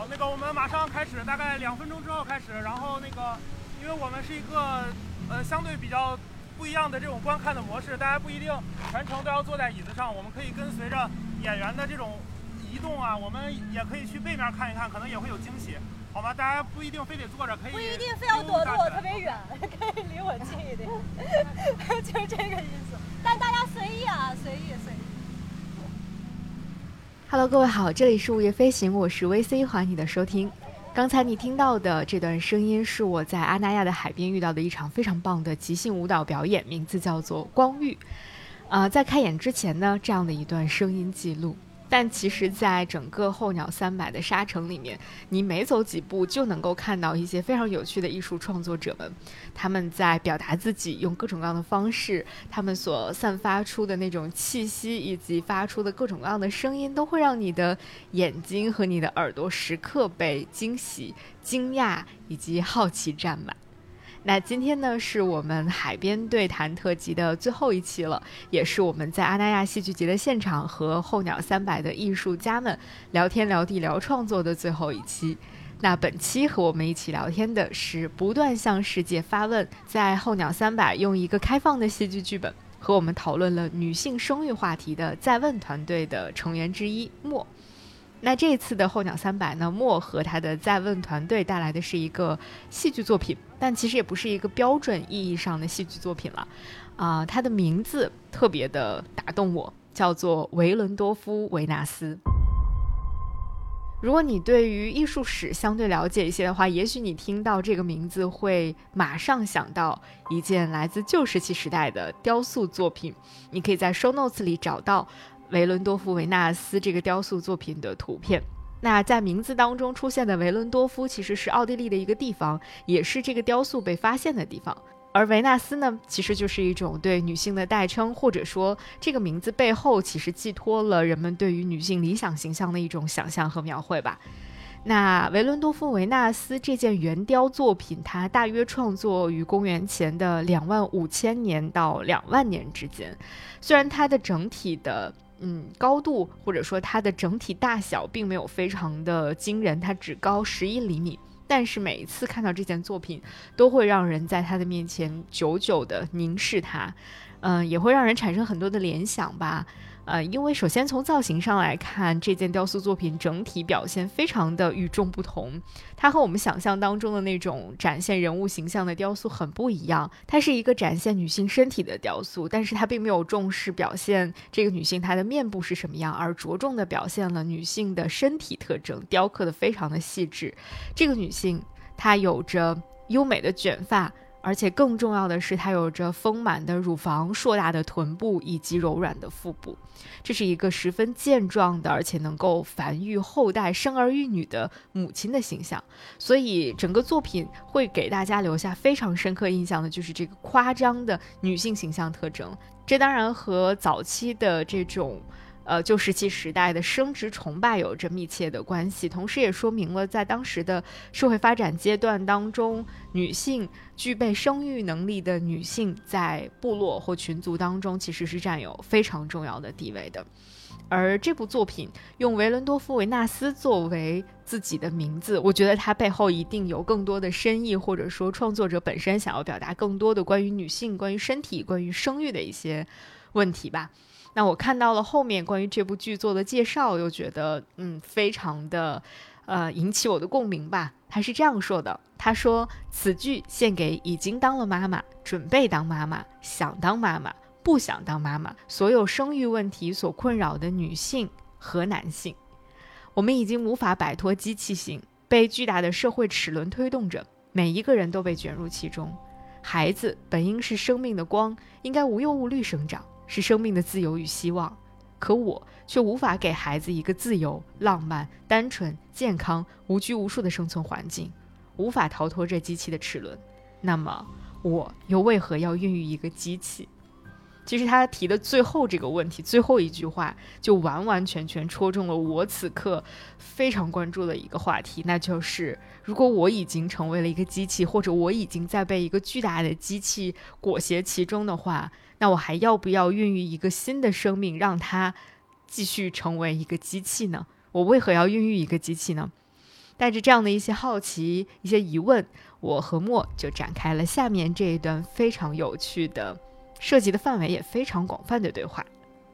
好，我们马上开始，大概2分钟之后开始。然后因为我们是一个相对比较不一样的这种观看的模式，大家不一定全程都要坐在椅子上，我们可以跟随着演员的这种移动啊，我们也可以去背面看一看，可能也会有惊喜，好吗？大家不一定非得坐着，可以不一定非要躲得我特别远，可以离我近一点，就是这个意思。但大家随意啊，随意。 Hello， 各位好，这里是午夜飞行，我是 VC， 欢迎你的收听。刚才你听到的这段声音是我在阿那亚的海边遇到的一场非常棒的即兴舞蹈表演，名字叫做《光遇》。在开演之前呢，这样的一段声音记录。但其实在整个候鸟300的沙城里面，你每走几步就能够看到一些非常有趣的艺术创作者们，他们在表达自己，用各种各样的方式，他们所散发出的那种气息以及发出的各种各样的声音，都会让你的眼睛和你的耳朵时刻被惊喜、惊讶以及好奇占满。那今天呢，是我们海边对谈特辑的最后一期了，也是我们在阿那亚戏剧节的现场和候鸟300的艺术家们聊天聊地聊创作的最后一期。那本期和我们一起聊天的是不断向世界发问，在候鸟300用一个开放的戏剧剧本和我们讨论了女性生育话题的在问团队的成员之一莫。那这一次的候鸟300呢，莫和他的在问团队带来的是一个戏剧作品，但其实也不是一个标准意义上的戏剧作品了。它的名字特别的打动我，叫做维伦多夫·维纳斯。如果你对于艺术史相对了解一些的话，也许你听到这个名字会马上想到一件来自旧石器时代的雕塑作品。你可以在 show notes 里找到维伦多夫·维纳斯这个雕塑作品的图片。那在名字当中出现的维伦多夫其实是奥地利的一个地方，也是这个雕塑被发现的地方。而维纳斯呢，其实就是一种对女性的代称，或者说这个名字背后其实寄托了人们对于女性理想形象的一种想象和描绘吧。那维伦多夫·维纳斯这件圆雕作品，它大约创作于公元前的25000年到2万年之间。虽然它的整体的高度或者说它的整体大小并没有非常的惊人，它只高11厘米，但是每一次看到这件作品都会让人在它的面前久久的凝视它，也会让人产生很多的联想吧。因为首先从造型上来看，这件雕塑作品整体表现非常的与众不同，它和我们想象当中的那种展现人物形象的雕塑很不一样。它是一个展现女性身体的雕塑，但是它并没有重视表现这个女性她的面部是什么样，而着重的表现了女性的身体特征，雕刻的非常的细致。这个女性她有着优美的卷发，而且更重要的是她有着丰满的乳房、硕大的臀部以及柔软的腹部。这是一个十分健壮的，而且能够繁育后代、生儿育女的母亲的形象。所以整个作品会给大家留下非常深刻印象的就是这个夸张的女性形象特征。这当然和早期的这种旧石器时代的生殖崇拜有着密切的关系，同时也说明了在当时的社会发展阶段当中，女性具备生育能力的女性在部落或群族当中其实是占有非常重要的地位的。而这部作品用维伦多夫·维纳斯作为自己的名字，我觉得它背后一定有更多的深意，或者说创作者本身想要表达更多的关于女性、关于身体、关于生育的一些问题吧。那我看到了后面关于这部剧作的介绍，又觉得非常的引起我的共鸣吧。他是这样说的，他说此剧献给已经当了妈妈、准备当妈妈、想当妈妈、不想当妈妈、所有生育问题所困扰的女性和男性。我们已经无法摆脱机器性，被巨大的社会齿轮推动着，每一个人都被卷入其中。孩子本应是生命的光，应该无忧无虑生长，是生命的自由与希望。可我却无法给孩子一个自由、浪漫、单纯、健康、无拘无束的生存环境，无法逃脱这机器的齿轮。那么我又为何要孕育一个机器？其实他提的最后这个问题，最后一句话就完完全全戳中了我此刻非常关注的一个话题，那就是如果我已经成为了一个机器，或者我已经在被一个巨大的机器裹挟其中的话，那我还要不要孕育一个新的生命，让它继续成为一个机器呢？我为何要孕育一个机器呢？ 带着这样的一些好奇、一些疑问，我和莫就展开了下面这一段非常有趣的、涉及的范围也非常广泛的对话。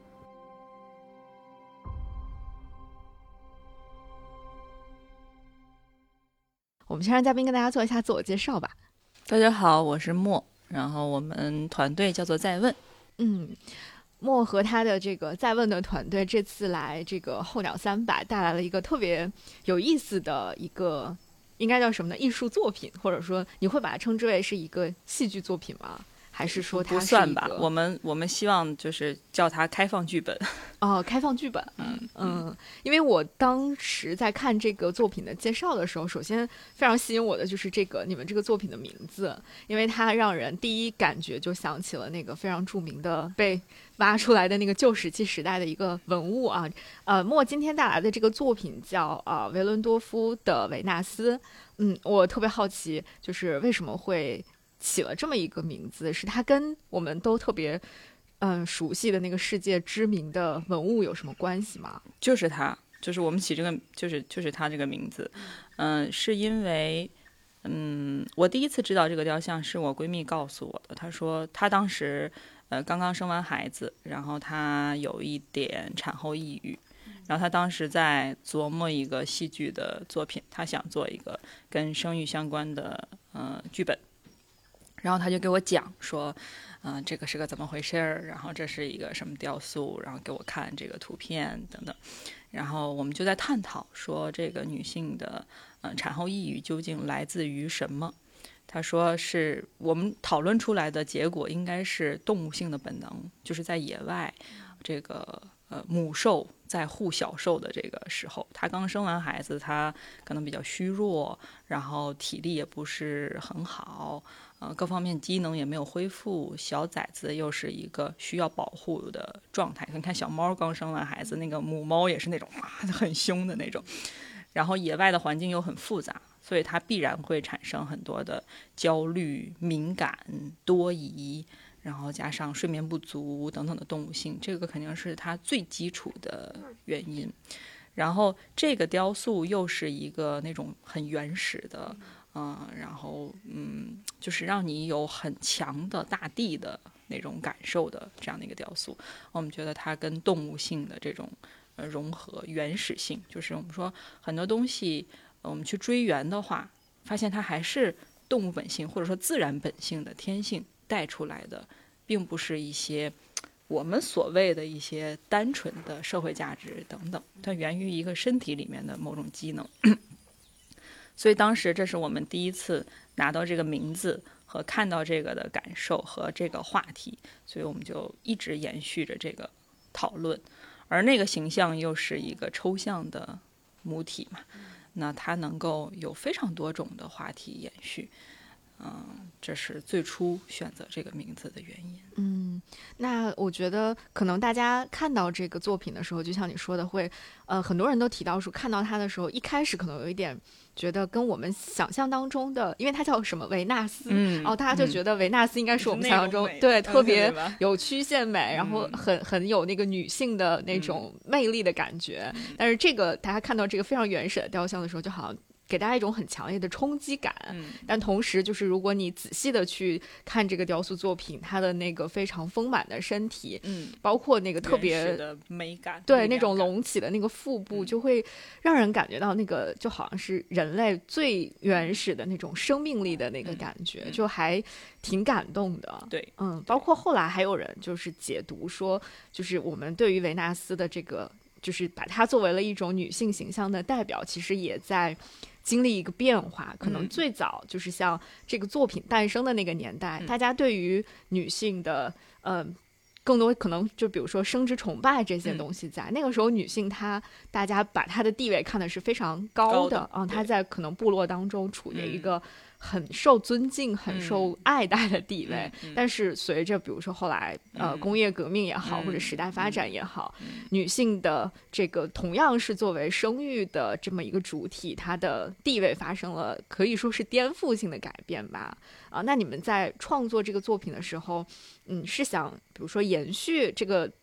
我们先让嘉宾跟大家做一下自我介绍吧。 大家好，我是莫，然后我们团队叫做在问。 莫和他的这个在问的团队这次来这个候鸟300带来了一个特别有意思的一个，应该叫什么呢？艺术作品，或者说你会把它称之为是一个戏剧作品吗？还是说它是一个？ 不算吧，我们希望就是叫它开放剧本。 哦，开放剧本。因为我当时在看这个作品的介绍的时候，首先非常吸引我的就是你们这个作品的名字，因为它让人第一感觉就想起了那个非常著名的被挖出来的那个旧石器时代的一个文物啊。莫今天带来的这个作品叫维伦多夫的维纳斯。我特别好奇，就是为什么会起了这么一个名字？是它跟我们都特别熟悉的那个世界知名的文物有什么关系吗？ 就是它，就是我们起这个就是它这个名字。是因为我第一次知道这个雕像是我闺蜜告诉我的。她说她当时刚刚生完孩子，然后她有一点产后抑郁，然后她当时在琢磨一个戏剧的作品，她想做一个跟生育相关的剧本。然后他就给我讲说，这个是个怎么回事儿，然后这是一个什么雕塑，然后给我看这个图片等等，然后我们就在探讨说这个女性的产后抑郁究竟来自于什么。他说是我们讨论出来的结果应该是动物性的本能，就是在野外这个母兽在护小兽的这个时候，她刚生完孩子，她可能比较虚弱，然后体力也不是很好，各方面机能也没有恢复，小崽子又是一个需要保护的状态。你看小猫刚生完孩子，那个母猫也是那种很凶的那种，然后野外的环境又很复杂，所以它必然会产生很多的焦虑、敏感、多疑，然后加上睡眠不足等等的动物性，这个肯定是它最基础的原因。然后这个雕塑又是一个那种很原始的然后就是让你有很强的大地的那种感受的这样的一个雕塑。我们觉得它跟动物性的这种融合原始性，就是我们说很多东西我们去追源的话，发现它还是动物本性或者说自然本性的天性带出来的，并不是一些我们所谓的一些单纯的社会价值等等，它源于一个身体里面的某种机能。所以当时这是我们第一次拿到这个名字和看到这个的感受和这个话题，所以我们就一直延续着这个讨论。而那个形象又是一个抽象的母体嘛，那它能够有非常多种的话题延续。这是最初选择这个名字的原因。 那我觉得可能大家看到这个作品的时候，就像你说的会，很多人都提到说，看到它的时候，一开始可能有一点觉得跟我们想象当中的，因为它叫什么维纳斯，然后大家就觉得维纳斯应该是我们想象中对特别有曲线美，然后很有那个女性的那种魅力的感觉。但是这个大家看到这个非常原始的雕像的时候，就好像给大家一种很强烈的冲击感。但同时就是如果你仔细的去看这个雕塑作品，它的那个非常丰满的身体，包括那个特别的美感， 对那种隆起的那个腹部，就会让人感觉到那个就好像是人类最原始的那种生命力的那个感觉，就还挺感动的。 对， 包括后来还有人就是解读说，就是我们对于维纳斯的这个，就是把它作为了一种女性形象的代表，其实也在经历一个变化。可能最早就是像这个作品诞生的那个年代，大家对于女性的更多可能就比如说生殖崇拜这些东西在，那个时候女性大家把她的地位看的是非常高的她在可能部落当中处于一个很受尊敬很受爱戴的地位。但是随着比如说后来工业革命也好，或者时代发展也好，女性的这个同样是作为生育的这么一个主体，她的地位发生了可以说是颠覆性的改变吧。那你们在创作这个作品的时候，是想比如说延续这个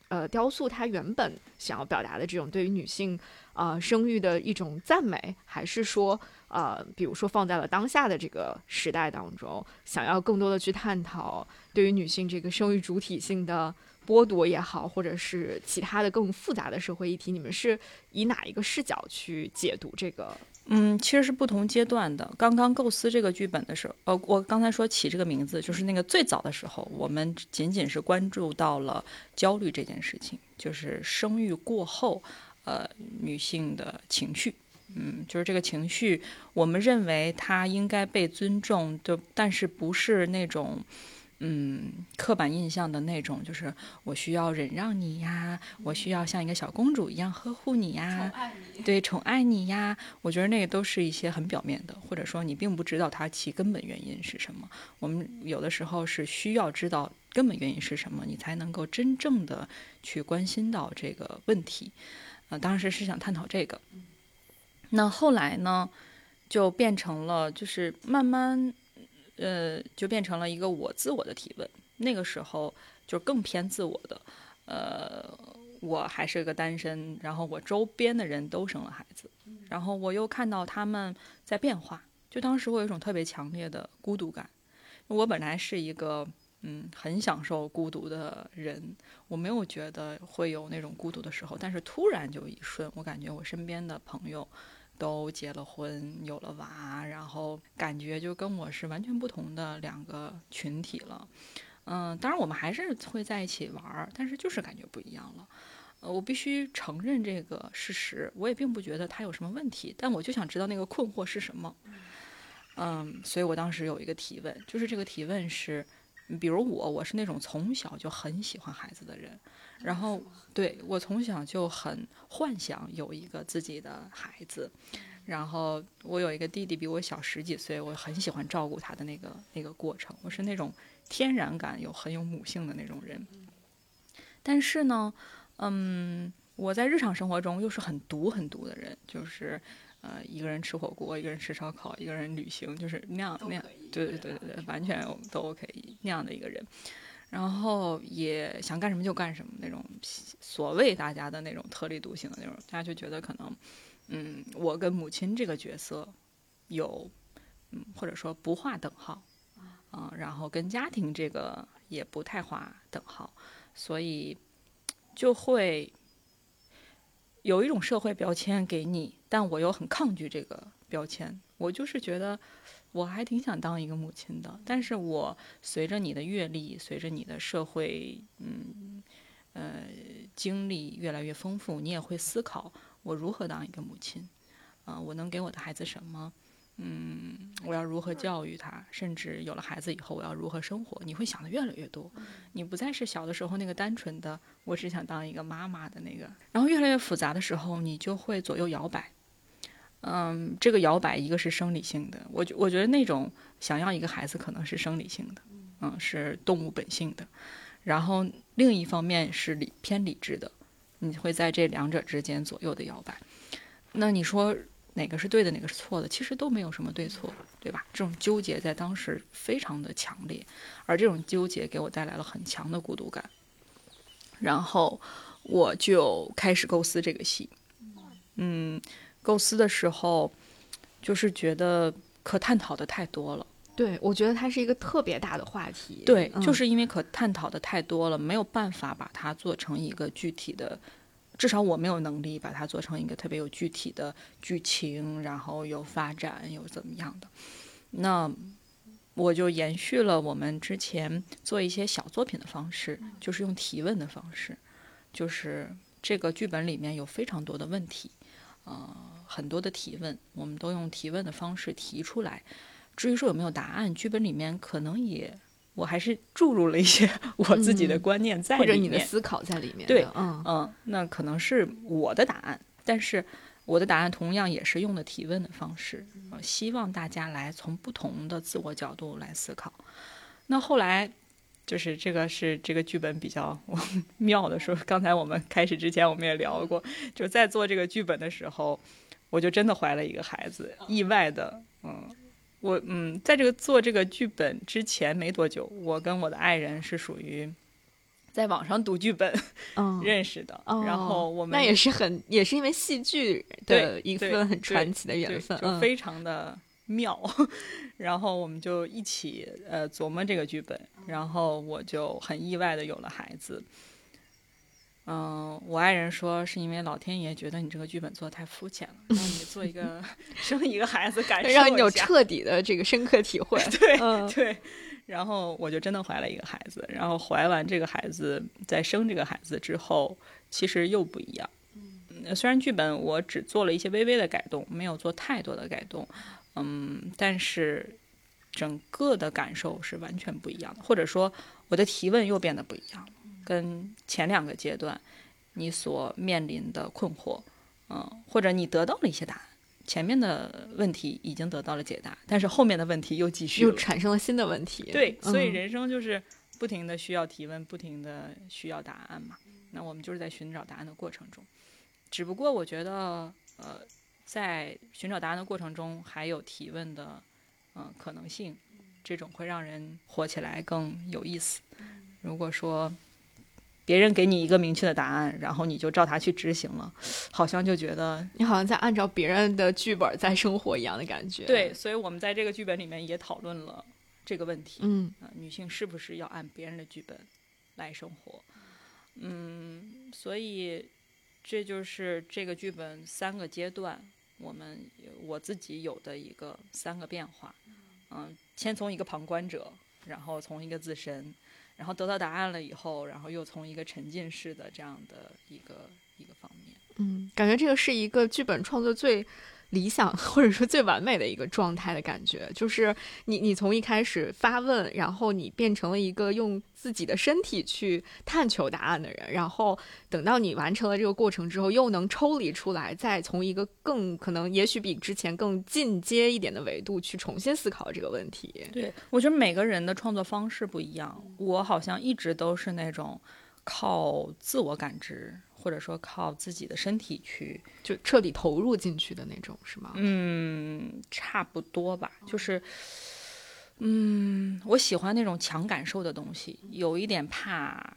雕塑它原本想要表达的这种对于女性生育的一种赞美，还是说比如说放在了当下的这个时代当中，想要更多的去探讨对于女性这个生育主体性的剥夺也好，或者是其他的更复杂的社会议题，你们是以哪一个视角去解读这个？ 其实是不同阶段的。刚刚构思这个剧本的时候，我刚才说起这个名字，就是那个最早的时候，我们仅仅是关注到了焦虑这件事情，就是生育过后，女性的情绪。就是这个情绪，我们认为它应该被尊重的，但是不是那种。刻板印象的那种，就是我需要忍让你呀，我需要像一个小公主一样呵护你呀，对，宠爱你呀。我觉得那个都是一些很表面的，或者说你并不知道它其根本原因是什么。我们有的时候是需要知道根本原因是什么，你才能够真正的去关心到这个问题。当时是想探讨这个。那后来呢，就变成了就是慢慢。就变成了一个自我的提问。那个时候就更偏自我的，我还是个单身，然后我周边的人都生了孩子，然后我又看到他们在变化，就当时我有一种特别强烈的孤独感。我本来是一个很享受孤独的人，我没有觉得会有那种孤独的时候，但是突然就一瞬，我感觉我身边的朋友都结了婚，有了娃，然后感觉就跟我是完全不同的两个群体了。当然我们还是会在一起玩，但是就是感觉不一样了。我必须承认这个事实，我也并不觉得它有什么问题，但我就想知道那个困惑是什么。所以我当时有一个提问，就是这个提问是，比如我是那种从小就很喜欢孩子的人，然后对我从小就很幻想有一个自己的孩子，然后我有一个弟弟比我小10几岁，我很喜欢照顾他的那个过程，我是那种天然感很有母性的那种人。但是呢，我在日常生活中又是很独的人，就是一个人吃火锅，一个人吃烧烤，一个人旅行，就是那样，对，完全都可以那样的一个人。然后也想干什么就干什么，那种所谓大家的那种特立独行的那种，大家就觉得可能，我跟母亲这个角色有，或者说不划等号，然后跟家庭这个也不太划等号，所以就会有一种社会标签给你，但我又很抗拒这个标签。我就是觉得我还挺想当一个母亲的，但是我随着你的阅历，随着你的社会经历越来越丰富，你也会思考我如何当一个母亲，我能给我的孩子什么，我要如何教育他，甚至有了孩子以后我要如何生活，你会想的越来越多，你不再是小的时候那个单纯的我只想当一个妈妈的那个，然后越来越复杂的时候，你就会左右摇摆。这个摇摆一个是生理性的，我觉得那种想要一个孩子可能是生理性的，是动物本性的，然后另一方面是偏理智的，你会在这两者之间左右的摇摆。那你说哪个是对的，哪个是错的？其实都没有什么对错，对吧？这种纠结在当时非常的强烈，而这种纠结给我带来了很强的孤独感。然后我就开始构思这个戏，构思的时候就是觉得可探讨的太多了。 对，我觉得它是一个特别大的话题。 对，就是因为可探讨的太多了，没有办法把它做成一个具体的，至少我没有能力把它做成一个特别有具体的剧情，然后有发展，有怎么样的。那我就延续了我们之前做一些小作品的方式，就是用提问的方式，就是这个剧本里面有非常多的问题，很多的提问，我们都用提问的方式提出来。至于说有没有答案，剧本里面可能我还是注入了一些我自己的观念在里面， 或者你的思考在里面。 对，那可能是我的答案，但是我的答案同样也是用的提问的方式，希望大家来从不同的自我角度来思考。那后来就是这个剧本比较妙的时候，刚才我们开始之前我们也聊过，就在做这个剧本的时候，我就真的怀了一个孩子，意外的，我在做这个剧本之前没多久，我跟我的爱人是属于在网上读剧本认识的。然后我们那也是因为戏剧的一份很传奇的缘分， 就非常的妙。然后我们就一起琢磨这个剧本，然后我就很意外的有了孩子。我爱人说是因为老天爷觉得你这个剧本做的太肤浅了，让你做一个生一个孩子感受一下， 让你有彻底的这个深刻体会。 对、对。然后我就真的怀了一个孩子，然后怀完这个孩子，在生这个孩子之后，其实又不一样。虽然剧本我只做了一些微微的改动，没有做太多的改动，但是整个的感受是完全不一样的，或者说我的提问又变得不一样了，跟前2个阶段你所面临的困惑，或者你得到了一些答案。前面的问题已经得到了解答，但是后面的问题又继续了， 又产生了新的问题。 对，所以人生就是不停的需要提问，不停的需要答案嘛。那我们就是在寻找答案的过程中，只不过我觉得在寻找答案的过程中还有提问的可能性，这种会让人活起来更有意思。如果说别人给你一个明确的答案，然后你就照他去执行了，好像就觉得你好像在按照别人的剧本在生活一样的感觉。 对，所以我们在这个剧本里面也讨论了这个问题。女性是不是要按别人的剧本来生活？所以这就是这个剧本3个阶段，我自己有的一个3个变化。先从一个旁观者，然后从一个自身，然后得到答案了以后，然后又从一个沉浸式的这样的一个方面。 感觉这个是一个剧本创作最理想或者说最完美的一个状态的感觉，就是你从一开始发问，然后你变成了一个用自己的身体去探求答案的人，然后等到你完成了这个过程之后，又能抽离出来，再从一个更可能也许比之前更进阶一点的维度去重新思考这个问题。 对，我觉得每个人的创作方式不一样，我好像一直都是那种靠自我感知，或者说靠自己的身体去就彻底投入进去的那种，是吗？ 差不多吧，就是我喜欢那种强感受的东西，有一点怕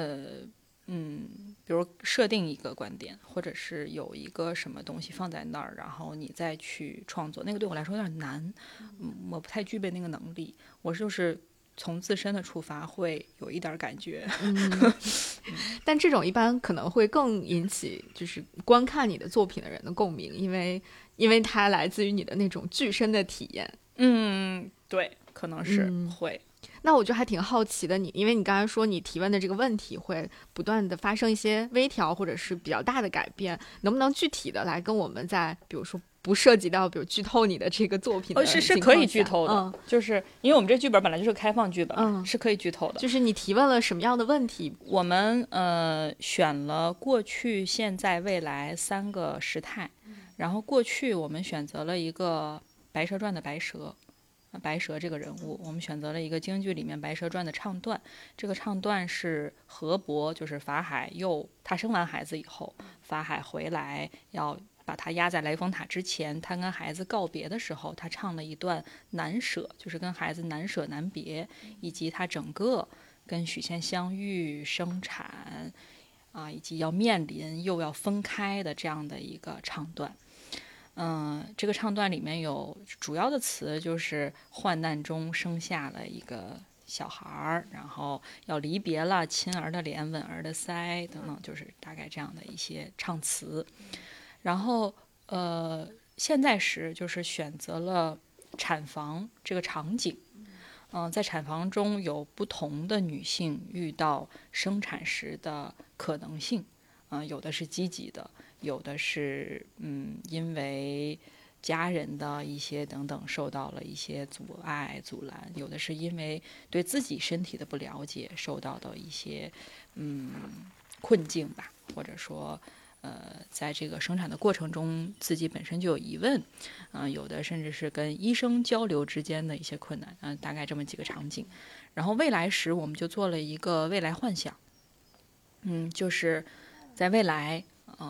比如设定一个观点，或者是有一个什么东西放在那儿，然后你再去创作，那个对我来说有点难，我不太具备那个能力，我就是从自身的出发会有一点感觉。 但这种一般可能会更引起就是观看你的作品的人的共鸣，因为它来自于你的那种具身的体验。 对，可能是会。 那我就还挺好奇的，因为你刚才说你提问的这个问题会不断的发生一些微调或者是比较大的改变，能不能具体的来跟我们在比如说不涉及到比如剧透你的这个作品的是可以剧透的，就是因为我们这剧本本来就是开放剧本，是可以剧透的。 就是你提问了什么样的问题？ 我们选了过去、现在、未来3个时态，然后过去我们选择了一个《白蛇传》的白蛇这个人物，我们选择了一个京剧里面《白蛇传》的唱段。这个唱段是河伯，就是法海他生完孩子以后，法海回来要把他压在来风塔之前，他跟孩子告别的时候，他唱了一段难舍，就是跟孩子难舍难别，以及他整个跟许仙相遇、生产以及要面临又要分开的这样的一个唱段。这个唱段里面有主要的词，就是患难中生下了一个小孩儿，然后要离别了，亲儿的脸，吻儿的腮等等，就是大概这样的一些唱词。然后现在时就是选择了产房这个场景。在产房中有不同的女性遇到生产时的可能性，有的是积极的，有的是因为家人的一些等等受到了一些阻碍阻拦，有的是因为对自己身体的不了解受到的一些困境吧，或者说在这个生产的过程中自己本身就有疑问，有的甚至是跟医生交流之间的一些困难，大概这么几个场景。然后未来时我们就做了一个未来幻想，就是在未来比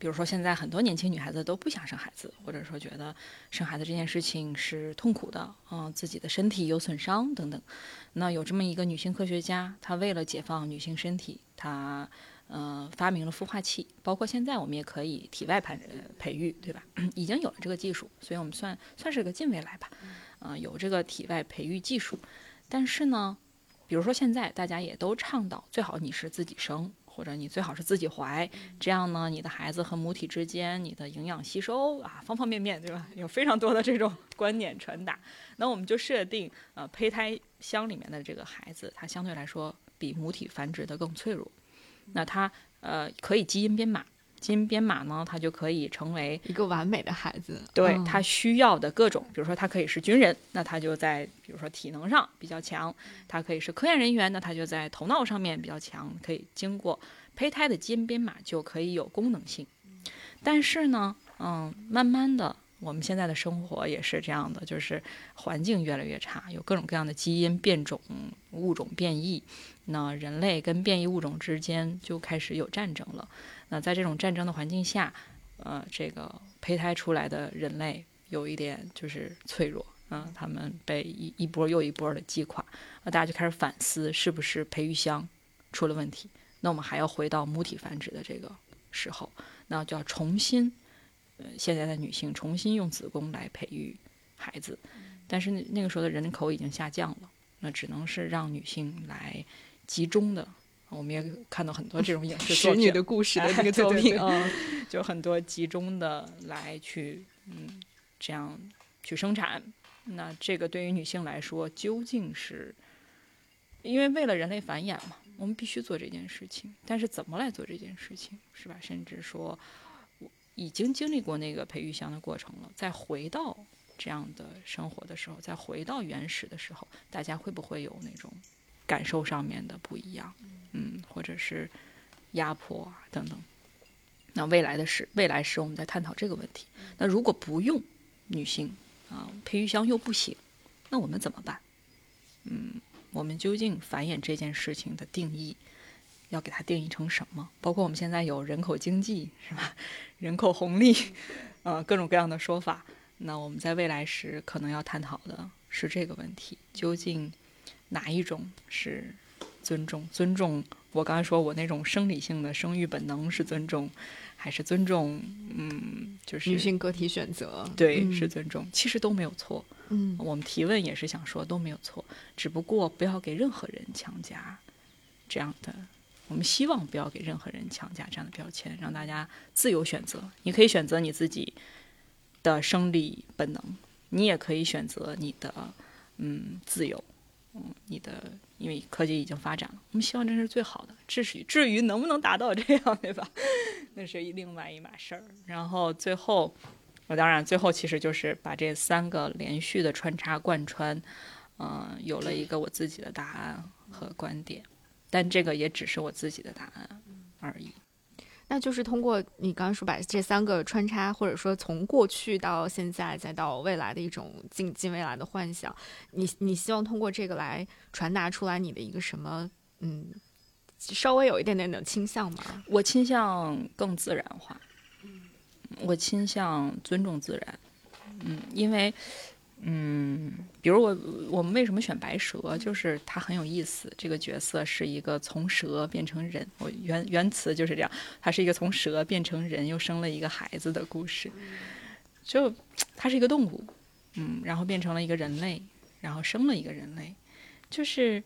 比如说现在很多年轻女孩子都不想生孩子，或者说觉得生孩子这件事情是痛苦的，自己的身体有损伤等等。那有这么一个女性科学家，她为了解放女性身体，她发明了孵化器，包括现在我们也可以体外培育，对吧？已经有了这个技术，所以我们算是个近未来吧。有这个体外培育技术，但是呢，比如说现在大家也都倡导，最好你是自己生，或者你最好是自己怀，这样呢，你的孩子和母体之间，你的营养吸收方方面面，对吧？有非常多的这种观念传达。那我们就设定，胚胎箱里面的这个孩子，他相对来说比母体繁殖的更脆弱。那他可以基因编码。基因编码呢，它就可以成为一个完美的孩子。 对，他需要的各种，比如说他可以是军人，那他就在比如说体能上比较强；他可以是科研人员，那他就在头脑上面比较强，可以经过胚胎的基因编码就可以有功能性。但是呢，慢慢的，我们现在的生活也是这样的，就是环境越来越差，有各种各样的基因变种、物种变异，那人类跟变异物种之间就开始有战争了。那在这种战争的环境下，这个胚胎出来的人类有一点就是脆弱，他们被一波又一波的击垮，大家就开始反思是不是培育箱出了问题。那我们还要回到母体繁殖的这个时候，那就要重新，现在的女性重新用子宫来培育孩子，但是那个时候的人口已经下降了，那只能是让女性来集中的。我们也看到很多这种影视作品， 使女的故事的那个作品， 就很多集中的来去，这样去生产。那这个对于女性来说，究竟是因为为了人类繁衍嘛，我们必须做这件事情。但是怎么来做这件事情，是吧？甚至说，已经经历过那个培育箱的过程了，再回到这样的生活的时候，再回到原始的时候，大家会不会有那种感受上面的不一样？或者是压迫等等。那未来时我们在探讨这个问题。那如果不用女性培育箱又不行，那我们怎么办？我们究竟繁衍这件事情的定义要给它定义成什么？包括我们现在有人口经济，是吧？人口红利，各种各样的说法。那我们在未来时可能要探讨的是这个问题：究竟哪一种是尊重我刚才说我那种生理性的生育本能是尊重，还是尊重就是女性个体选择？ 对，是尊重，其实都没有错。我们提问也是想说都没有错，只不过不要给任何人强加这样的，我们希望不要给任何人强加这样的标签，让大家自由选择。你可以选择你自己的生理本能，你也可以选择你的自由，你的，因为科技已经发展了，我们希望这是最好的。至于能不能达到这样，对吧？那是另外一码事儿。然后最后其实就是把这3个连续的穿插贯穿，有了一个我自己的答案和观点，但这个也只是我自己的答案而已。 那就是通过你刚刚说把这3个穿插，或者说从过去到现在再到未来的一种近未来的幻想，你希望通过这个来传达出来你的一个什么稍微有一点点的倾向吗？ 我倾向更自然化，我倾向尊重自然，因为比如我们为什么选白蛇，就是它很有意思，这个角色是一个从蛇变成人，我原词就是这样，它是一个从蛇变成人又生了一个孩子的故事，就它是一个动物，然后变成了一个人类，然后生了一个人类，就是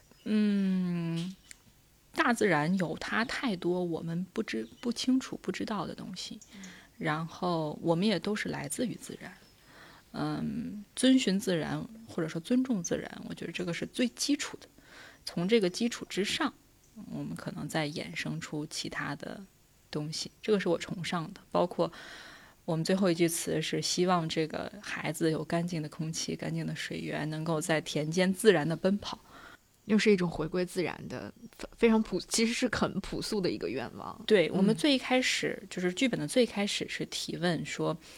大自然有它太多我们不清楚不知道的东西，然后我们也都是来自于自然。遵循自然或者说尊重自然，我觉得这个是最基础的。从这个基础之上，我们可能再衍生出其他的东西，这个是我崇尚的。包括我们最后一句词是希望这个孩子有干净的空气、干净的水源，能够在田间自然的奔跑， 又是一种回归自然的非常其实是很朴素的一个愿望。 对，我们最开始就是剧本的最开始是提问说，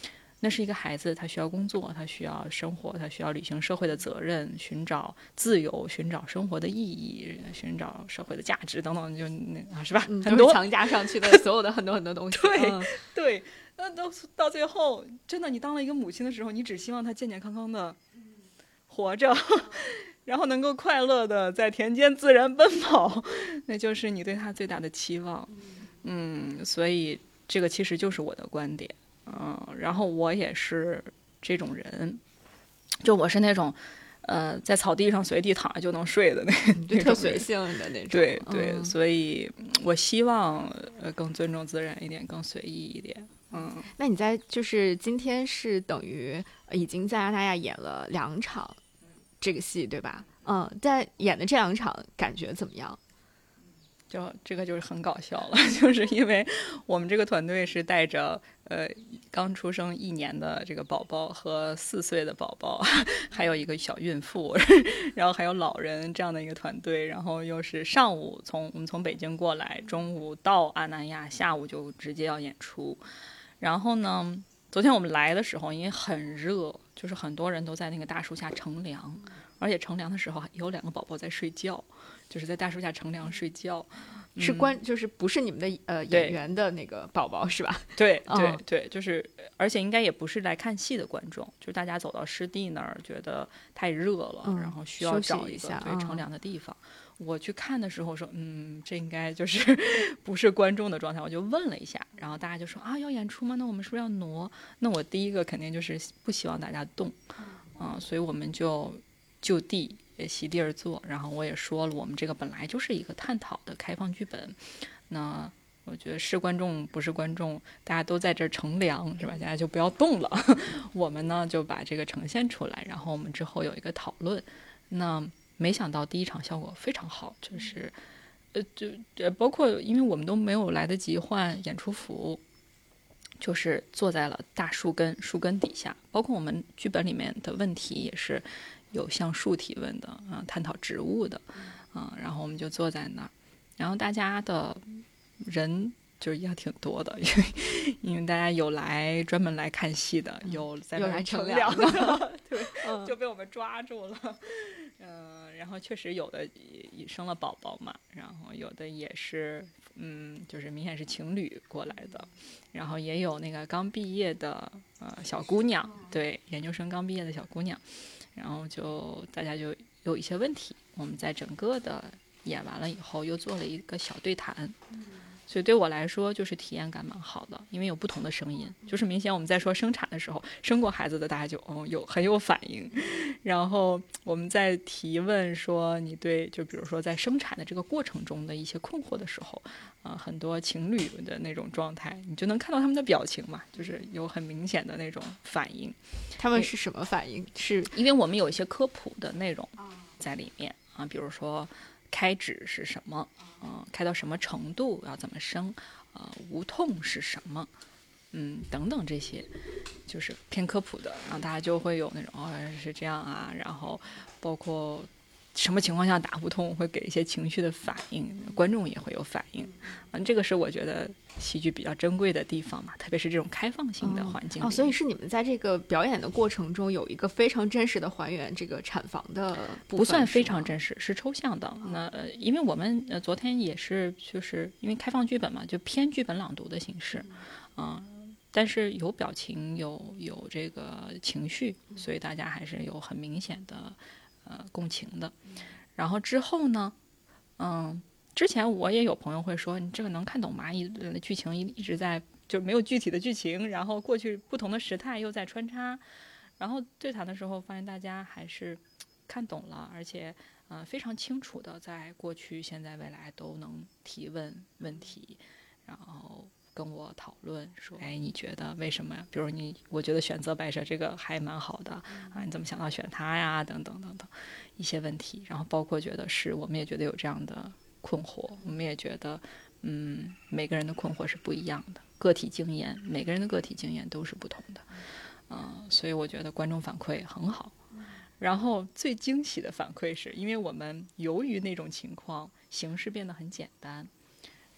那是一个孩子，他需要工作，他需要生活，他需要履行社会的责任，寻找自由，寻找生活的意义，寻找社会的价值等等，是吧？很多强加上去的所有的很多很多东西。 对、对，那到最后，真的，你当了一个母亲的时候，你只希望他健健康康的活着。然后能够快乐的在田间自然奔跑，那就是你对他最大的期望。所以这个其实就是我的观点。然后我也是这种人，就我是那种在草地上随地躺着就能睡的那特随性的那种。 对对，所以我希望更尊重自然一点，更随意一点。 那你在就是今天是等于已经在阿那亚演了2场这个戏对吧？在演的这2场感觉怎么样？ 就这个就是很搞笑了，就是因为我们这个团队是带着刚出生1年的这个宝宝和4岁的宝宝，还有一个小孕妇，然后还有老人这样的一个团队，然后又是上午我们从北京过来，中午到阿那亚，下午就直接要演出。然后呢，昨天我们来的时候因为很热，就是很多人都在那个大树下乘凉，而且乘凉的时候有2个宝宝在睡觉，就是在大树下乘凉睡觉。 是就是不是你们的演员的那个宝宝是吧？ 对对对，就是而且应该也不是来看戏的观众，就是大家走到湿地那儿觉得太热了，然后需要找一个乘凉的地方。我去看的时候说，这应该就是不是观众的状态，我就问了一下，然后大家就说要演出吗？那我们是不是要挪？那我第一个肯定就是不希望大家动，所以我们就地也席地而坐。然后我也说了，我们这个本来就是一个探讨的开放剧本，那我觉得是观众不是观众，大家都在这儿乘凉是吧？大家就不要动了。我们呢就把这个呈现出来，然后我们之后有一个讨论。那没想到第1场效果非常好，就是包括因为我们都没有来得及换演出服，就是坐在了大树根底下，包括我们剧本里面的问题也是有向树提问的探讨植物的然后我们就坐在那儿，然后大家的人就是也挺多的，因为大家有来专门来看戏的，有在那乘凉的，对，就被我们抓住了。然后确实有的也生了宝宝嘛，然后有的也是就是明显是情侣过来的，然后也有那个刚毕业的小姑娘，对，研究生刚毕业的小姑娘，然后大家就有一些问题，我们在整个的演完了以后又做了一个小对谈。所以对我来说就是体验感蛮好的，因为有不同的声音，就是明显我们在说生产的时候，生过孩子的大家就很有反应，然后我们在提问说你对就比如说在生产的这个过程中的一些困惑的时候很多情侣的那种状态，你就能看到他们的表情嘛，就是有很明显的那种反应。 他们是什么反应？是因为我们有一些科普的内容在里面比如说开指是什么？开到什么程度要怎么生？无痛是什么？等等这些，就是偏科普的，然后大家就会有那种是这样啊，然后包括什么情况下打无痛会给一些情绪的反应，观众也会有反应。这个是我觉得戏剧比较珍贵的地方嘛，特别是这种开放性的环境所以是你们在这个表演的过程中有一个非常真实的还原这个产房的部分， 不算非常真实，是抽象的。那因为我们昨天也是就是因为开放剧本嘛，就偏剧本朗读的形式但是有表情有这个情绪，所以大家还是有很明显的共情的。然后之后呢之前我也有朋友会说你这个能看懂吗？剧情一直在就没有具体的剧情，然后过去不同的时态又在穿插，然后对谈的时候发现大家还是看懂了，而且非常清楚的在过去现在未来都能提问问题，然后跟我讨论说你觉得为什么比如我觉得选择白蛇这个还蛮好的你怎么想到选它呀等等等等一些问题，然后包括觉得我们也觉得有这样的困惑，我们也觉得每个人的困惑是不一样的，个体经验每个人的个体经验都是不同的所以我觉得观众反馈很好。然后最惊喜的反馈是因为我们由于那种情况形式变得很简单，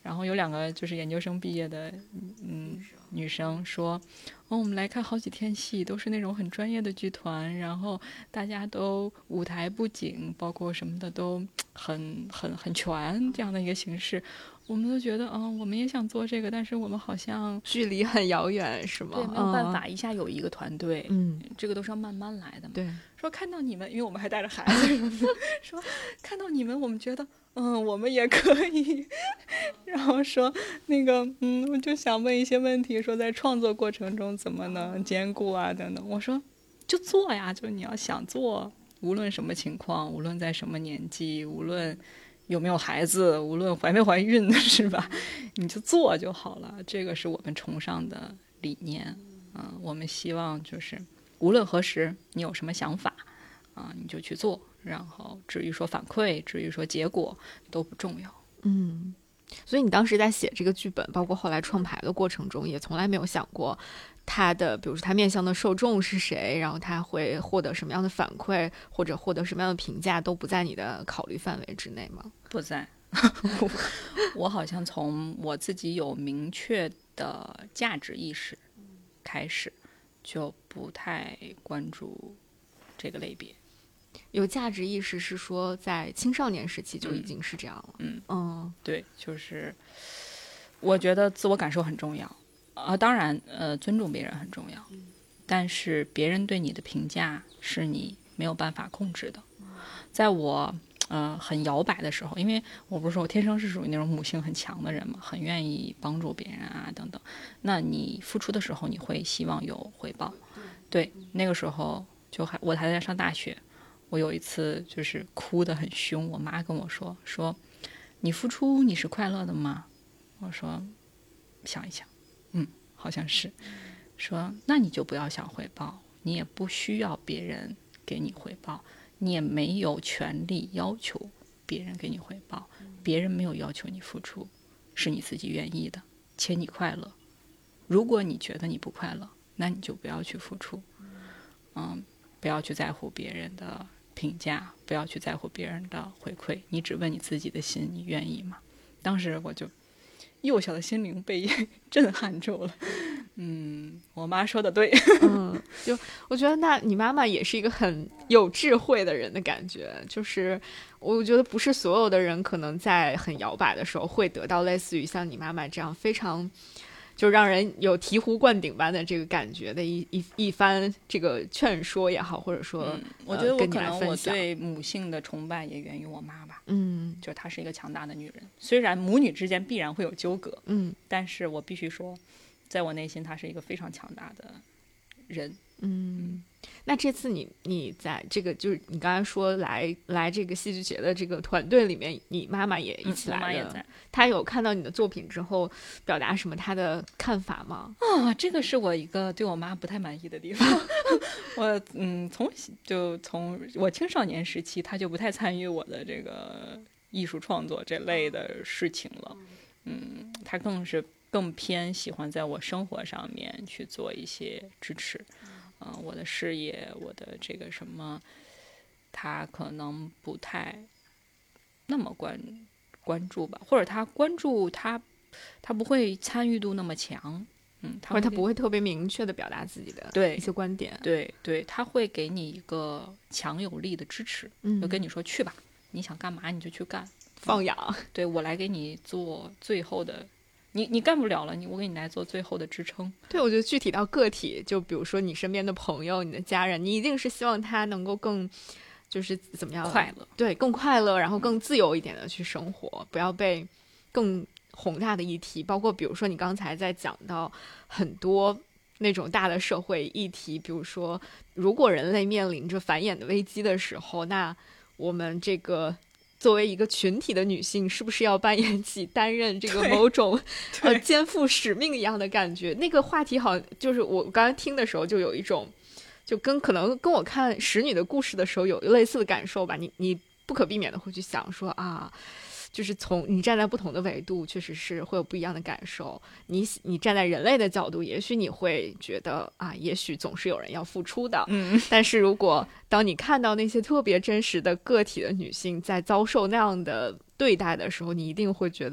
然后有2个就是研究生毕业的女生说，我们来看好几天戏，都是那种很专业的剧团，然后大家都舞台布景包括什么的都很全，这样的一个形式，我们都觉得我们也想做这个，但是我们好像距离很遥远，是吗？ 对，没有办法一下有一个团队，这个都是要慢慢来的嘛。 对， 说看到你们，因为我们还带着孩子什么的，说看到你们，我们觉得我们也可以。然后说那个我就想问一些问题，说在创作过程中怎么能兼顾啊等等。我说就做呀，就你要想做，无论什么情况，无论在什么年纪，无论有没有孩子，无论怀没怀孕，是吧？你就做就好了。这个是我们崇尚的理念。我们希望就是无论何时你有什么想法你就去做，然后至于说反馈，至于说结果都不重要。 所以你当时在写这个剧本，包括后来创牌的过程中，也从来没有想过他的，比如说他面向的受众是谁，然后他会获得什么样的反馈，或者获得什么样的评价，都不在你的考虑范围之内吗？ 不在。我好像从我自己有明确的价值意识开始，就不太关注这个类别。 有价值意识是说在青少年时期就已经是这样了。 对，就是我觉得自我感受很重要当然尊重别人很重要，但是别人对你的评价是你没有办法控制的。在我很摇摆的时候，因为我不是说我天生是属于那种母性很强的人嘛，很愿意帮助别人啊等等，那你付出的时候你会希望有回报。对，那个时候我还在上大学，我有一次就是哭得很凶，我妈跟我说你付出你是快乐的吗？我说想一想，好像是。说那你就不要想回报，你也不需要别人给你回报，你也没有权利要求别人给你回报，别人没有要求你付出，是你自己愿意的，且你快乐。如果你觉得你不快乐，那你就不要去付出。不要去在乎别人的评价，不要去在乎别人的回馈，你只问你自己的心，你愿意吗？当时我就幼小的心灵被震撼住了。我妈说的对。 就我觉得那你妈妈也是一个很有智慧的人的感觉，就是我觉得不是所有的人可能在很摇摆的时候会得到类似于像你妈妈这样非常就让人有醍醐灌顶般的这个感觉的一番这个劝说也好，或者说我觉得我可能我对母性的崇拜也源于我妈吧。就她是一个强大的女人，虽然母女之间必然会有纠葛，但是我必须说在我内心她是一个非常强大的人。 那这次你在这个就是你刚才说来这个戏剧节的这个团队里面，你妈妈也一起来了， 我妈也在。 她有看到你的作品之后表达什么她的看法吗？ 这个是我一个对我妈不太满意的地方。我从我青少年时期，她就不太参与我的这个艺术创作这类的事情了。她更偏喜欢在我生活上面去做一些支持。我的事业，我的这个什么，他可能不太那么关注吧，或者他关注他不会参与度那么强， 或者他不会特别明确的表达自己的一些观点。 对，他会给你一个强有力的支持，就跟你说去吧，你想干嘛你就去干， 放养。 对，我来给你做最后的。你干不了了，我给你来做最后的支撑。 对，我觉得具体到个体，就比如说你身边的朋友、你的家人，你一定是希望他能够更，就是怎么样快乐， 对，更快乐，然后更自由一点的去生活，不要被更宏大的议题，包括比如说你刚才在讲到很多那种大的社会议题，比如说如果人类面临着繁衍的危机的时候，那我们这个作为一个群体的女性，是不是要扮演起担任这个某种肩负使命一样的感觉？那个话题好像就是我刚才听的时候就有一种，就可能跟我看《使女的故事》的时候有类似的感受吧。你不可避免的会去想说就是从你站在不同的维度，确实是会有不一样的感受。你站在人类的角度，也许你会觉得也许总是有人要付出的。但是如果当你看到那些特别真实的个体的女性在遭受那样的对待的时候，你一定会觉得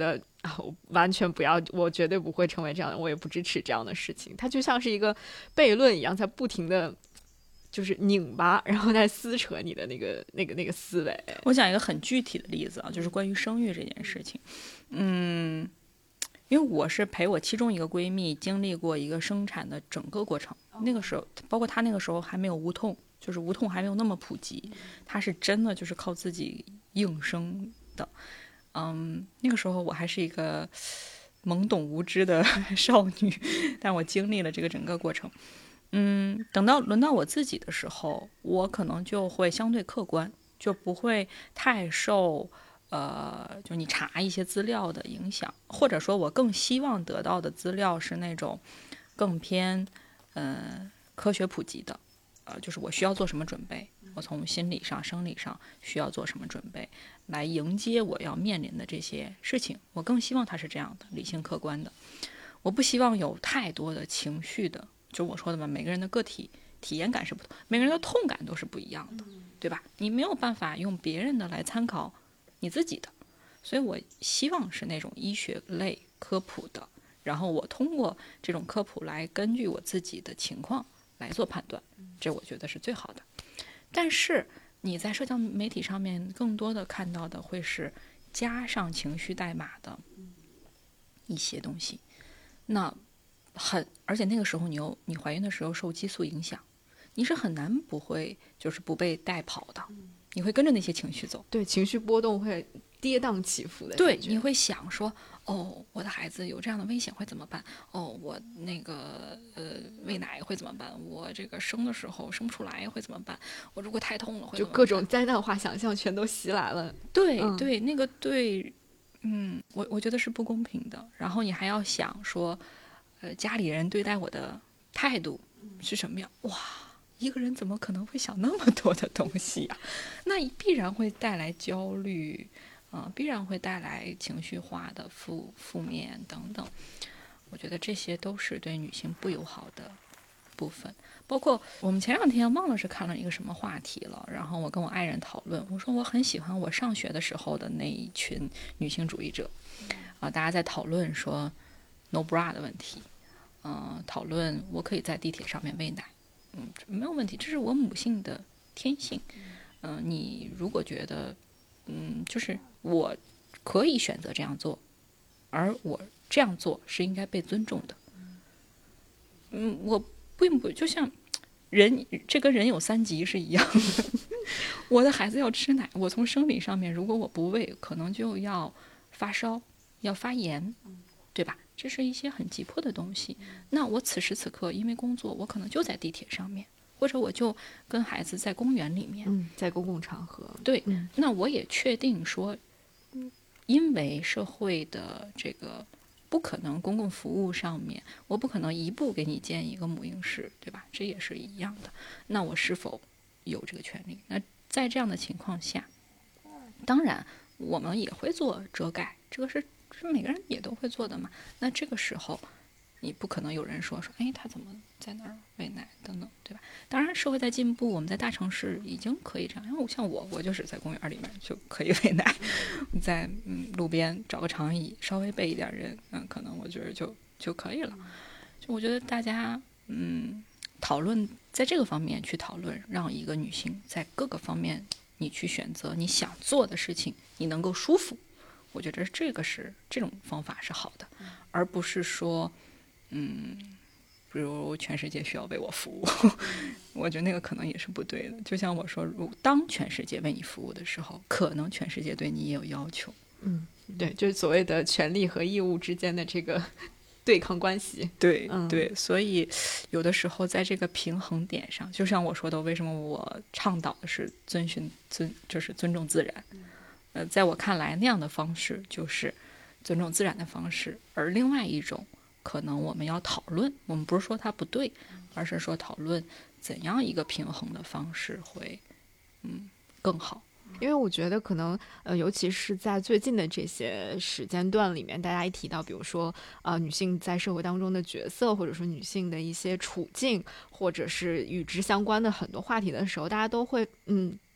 我完全不要，我绝对不会成为这样的，我也不支持这样的事情。它就像是一个悖论一样，在不停的就是拧巴，然后再撕扯你的那个思维。 我讲一个很具体的例子啊，就是关于生育这件事情。因为我是陪我其中一个闺蜜经历过一个生产的整个过程，那个时候包括她那个时候还没有无痛，就是无痛还没有那么普及，她是真的就是靠自己硬生的。那个时候我还是一个懵懂无知的少女，但我经历了这个整个过程。等到轮到我自己的时候，我可能就会相对客观，就不会太受就你查一些资料的影响，或者说我更希望得到的资料是那种更偏科学普及的，就是我需要做什么准备，我从心理上、生理上需要做什么准备，来迎接我要面临的这些事情。我更希望它是这样的，理性客观的。我不希望有太多的情绪的，就我说的嘛，每个人的个体体验感是不同，每个人的痛感都是不一样的，对吧？你没有办法用别人的来参考你自己的，所以我希望是那种医学类科普的，然后我通过这种科普来根据我自己的情况来做判断，这我觉得是最好的。但是你在社交媒体上面更多的看到的会是加上情绪代码的一些东西，而且那个时候你怀孕的时候受激素影响，你是很难就是不被带跑的，你会跟着那些情绪走。 对，情绪波动会跌宕起伏的。 对，你会想说，我的孩子有这样的危险会怎么办？我那个喂奶会怎么办？我这个生的时候生不出来会怎么办？我如果太痛了会怎么办？ 就各种灾难化想象全都袭来了。 对，对，那个对，我觉得是不公平的。然后你还要想说，家里人对待我的态度是什么样？哇！一个人怎么可能会想那么多的东西啊？那必然会带来焦虑，必然会带来情绪化的负面等等。我觉得这些都是对女性不友好的部分。包括我们前2天忘了是看了一个什么话题了，然后我跟我爱人讨论，我说我很喜欢我上学的时候的那一群女性主义者，大家在讨论说 no bra 的问题，讨论我可以在地铁上面喂奶。没有问题，这是我母性的天性。你如果觉得，就是我可以选择这样做，而我这样做是应该被尊重的。我并不就像这跟人有3级是一样的。我的孩子要吃奶，我从生理上面，如果我不喂，可能就要发烧，要发炎，对吧？这是一些很急迫的东西。那我此时此刻因为工作，我可能就在地铁上面，或者我就跟孩子在公园里面， 在公共场合。 对，那我也确定说，因为社会的这个不可能公共服务上面，我不可能一步给你建一个母婴室，对吧？这也是一样的。那我是否有这个权利？那在这样的情况下，当然我们也会做遮盖，这个是每个人也都会做的嘛。那这个时候你不可能有人说哎，他怎么在那儿喂奶等等，对吧？当然社会在进步，我们在大城市已经可以这样。因为像我就是在公园里面就可以喂奶，在路边找个长椅稍微背一点人，可能我觉得就可以了。就我觉得大家讨论在这个方面去讨论，让一个女性在各个方面你去选择你想做的事情，你能够舒服，我觉得这种方法是好的，而不是说比如全世界需要为我服务，我觉得那个可能也是不对的。就像我说，当全世界为你服务的时候，可能全世界对你也有要求。 对，就是所谓的权利和义务之间的这个对抗关系。 对，对，所以有的时候在这个平衡点上，就像我说的，为什么我倡导的是就是尊重自然。在我看来，那样的方式就是尊重自然的方式，而另外一种可能我们要讨论，我们不是说它不对，而是说讨论怎样一个平衡的方式会更好。 因为我觉得可能尤其是在最近的这些时间段里面，大家一提到比如说女性在社会当中的角色，或者说女性的一些处境，或者是与之相关的很多话题的时候，大家都会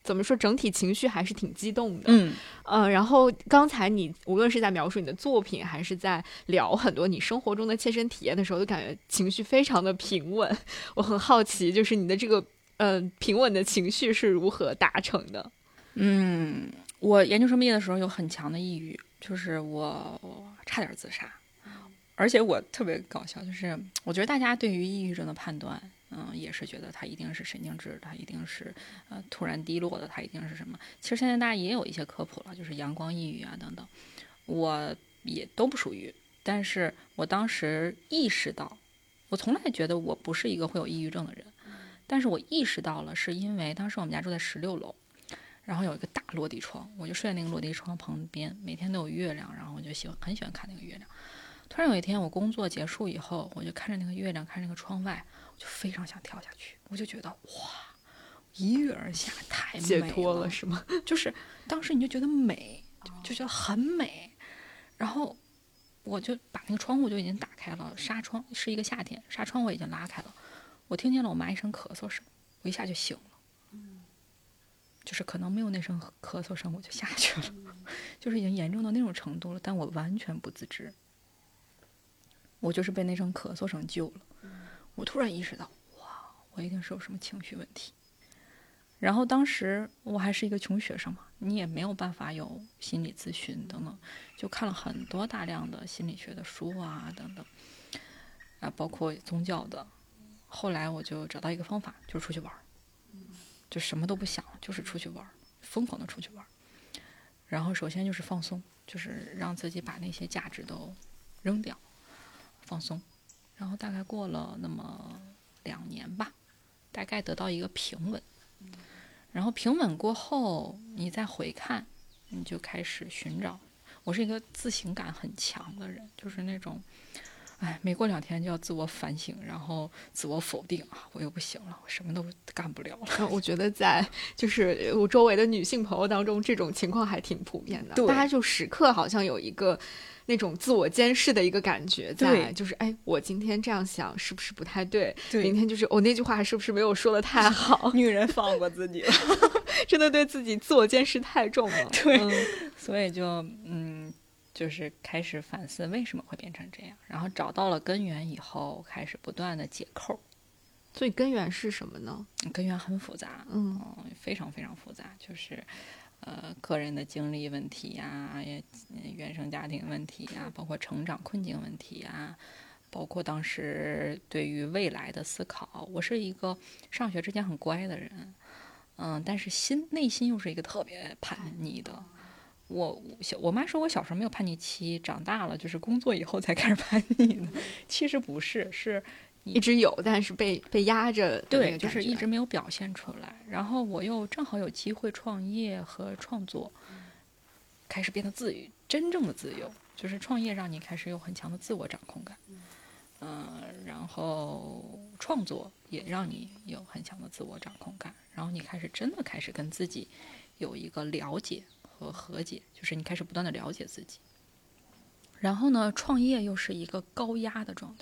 怎么说，整体情绪还是挺激动的。然后刚才你无论是在描述你的作品，还是在聊很多你生活中的切身体验的时候，都感觉情绪非常的平稳。我很好奇，就是你的这个平稳的情绪是如何达成的？ 我研究生毕业的时候有很强的抑郁，就是我差点自杀。而且我特别搞笑，就是我觉得大家对于抑郁症的判断，也是觉得他一定是神经质，他一定是突然低落的，他一定是什么。其实现在大家也有一些科普了，就是阳光抑郁啊等等，我也都不属于。但是我当时意识到，我从来觉得我不是一个会有抑郁症的人，但是我意识到了，是因为当时我们家住在16楼，然后有一个大落地窗，我就睡在那个落地窗旁边，每天都有月亮，然后我就很喜欢看那个月亮。突然有一天我工作结束以后，我就看着那个月亮，看着那个窗外，我就非常想跳下去。我就觉得哇，一跃而下，太美了， 解脱了是吗？ 就是当时你就觉得美，就觉得很美。然后我就把那个窗户就已经打开了，纱窗，是一个夏天，纱窗我已经拉开了。我听见了我妈一声咳嗽声，我一下就醒了。就是可能没有那声咳嗽声我就下去了，就是已经严重到那种程度了，但我完全不自知。我就是被那声咳嗽声救了。我突然意识到，哇，我一定是有什么情绪问题。然后当时我还是一个穷学生嘛，你也没有办法有心理咨询等等，就看了很多大量的心理学的书啊等等，包括宗教的。后来我就找到一个方法，就是出去玩，就什么都不想了，就是出去玩，疯狂的出去玩。然后首先就是放松，就是让自己把那些价值都扔掉，放松。然后大概过了那么2年吧，大概得到一个平稳。然后平稳过后，你再回看，你就开始寻找。我是一个自省感很强的人，就是那种没过2天就要自我反省，然后自我否定啊，我又不行了，我什么都干不了了。 我觉得在就是我周围的女性朋友当中，这种情况还挺普遍的。大家就时刻好像有一个那种自我监视的一个感觉在，就是我今天这样想是不是不太对？明天就是我那句话是不是没有说的太好？ 女人放过自己了， 真的对自己自我监视太重了。 对，所以就就是开始反思为什么会变成这样，然后找到了根源以后，开始不断的解扣。 所以根源是什么呢？ 根源很复杂，非常非常复杂，就是个人的经历问题呀，原生家庭问题呀，包括成长困境问题呀，包括当时对于未来的思考。我是一个上学之前很乖的人，但是内心又是一个特别叛逆的。我妈说我小时候没有叛逆期，长大了就是工作以后才开始叛逆的。其实不是，是一直有，但是被压着。 对，就是一直没有表现出来。然后我又正好有机会创业和创作，开始变得真正的自由。就是创业让你开始有很强的自我掌控感，然后创作也让你有很强的自我掌控感。然后你真的开始跟自己有一个了解和和解，就是你开始不断的了解自己。然后呢，创业又是一个高压的状态，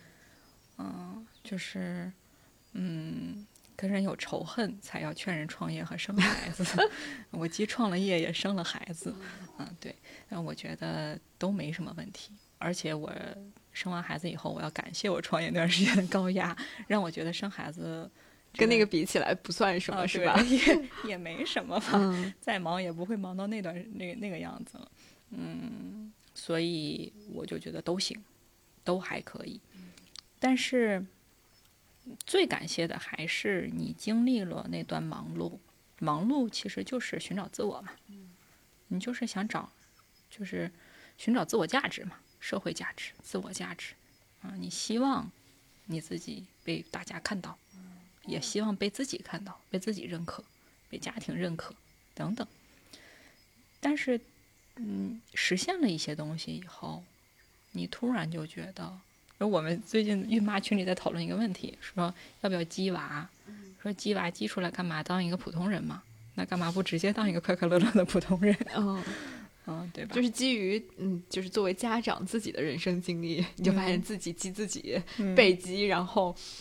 就是跟人有仇恨才要劝人创业和生孩子。我既创了业也生了孩子，对，但我觉得都没什么问题。而且我生完孩子以后，我要感谢我创业那段时间的高压，让我觉得生孩子跟那个比起来不算什么，是吧？ 也没什么吧，再忙也不会忙到那个样子了。所以我就觉得都行，都还可以。但是最感谢的还是你经历了那段忙碌其实就是寻找自我嘛，你就是想就是寻找自我价值嘛，社会价值、自我价值你希望你自己被大家看到，也希望被自己看到，被自己认可，被家庭认可等等。但是实现了一些东西以后，你突然就觉得，我们最近孕妈群里在讨论一个问题，说要不要鸡娃，说鸡娃鸡出来干嘛？当一个普通人嘛，那干嘛不直接当一个快快乐乐的普通人？对吧？ 就是基于就是作为家长自己的人生经历，你就发现自己鸡自己被鸡，然后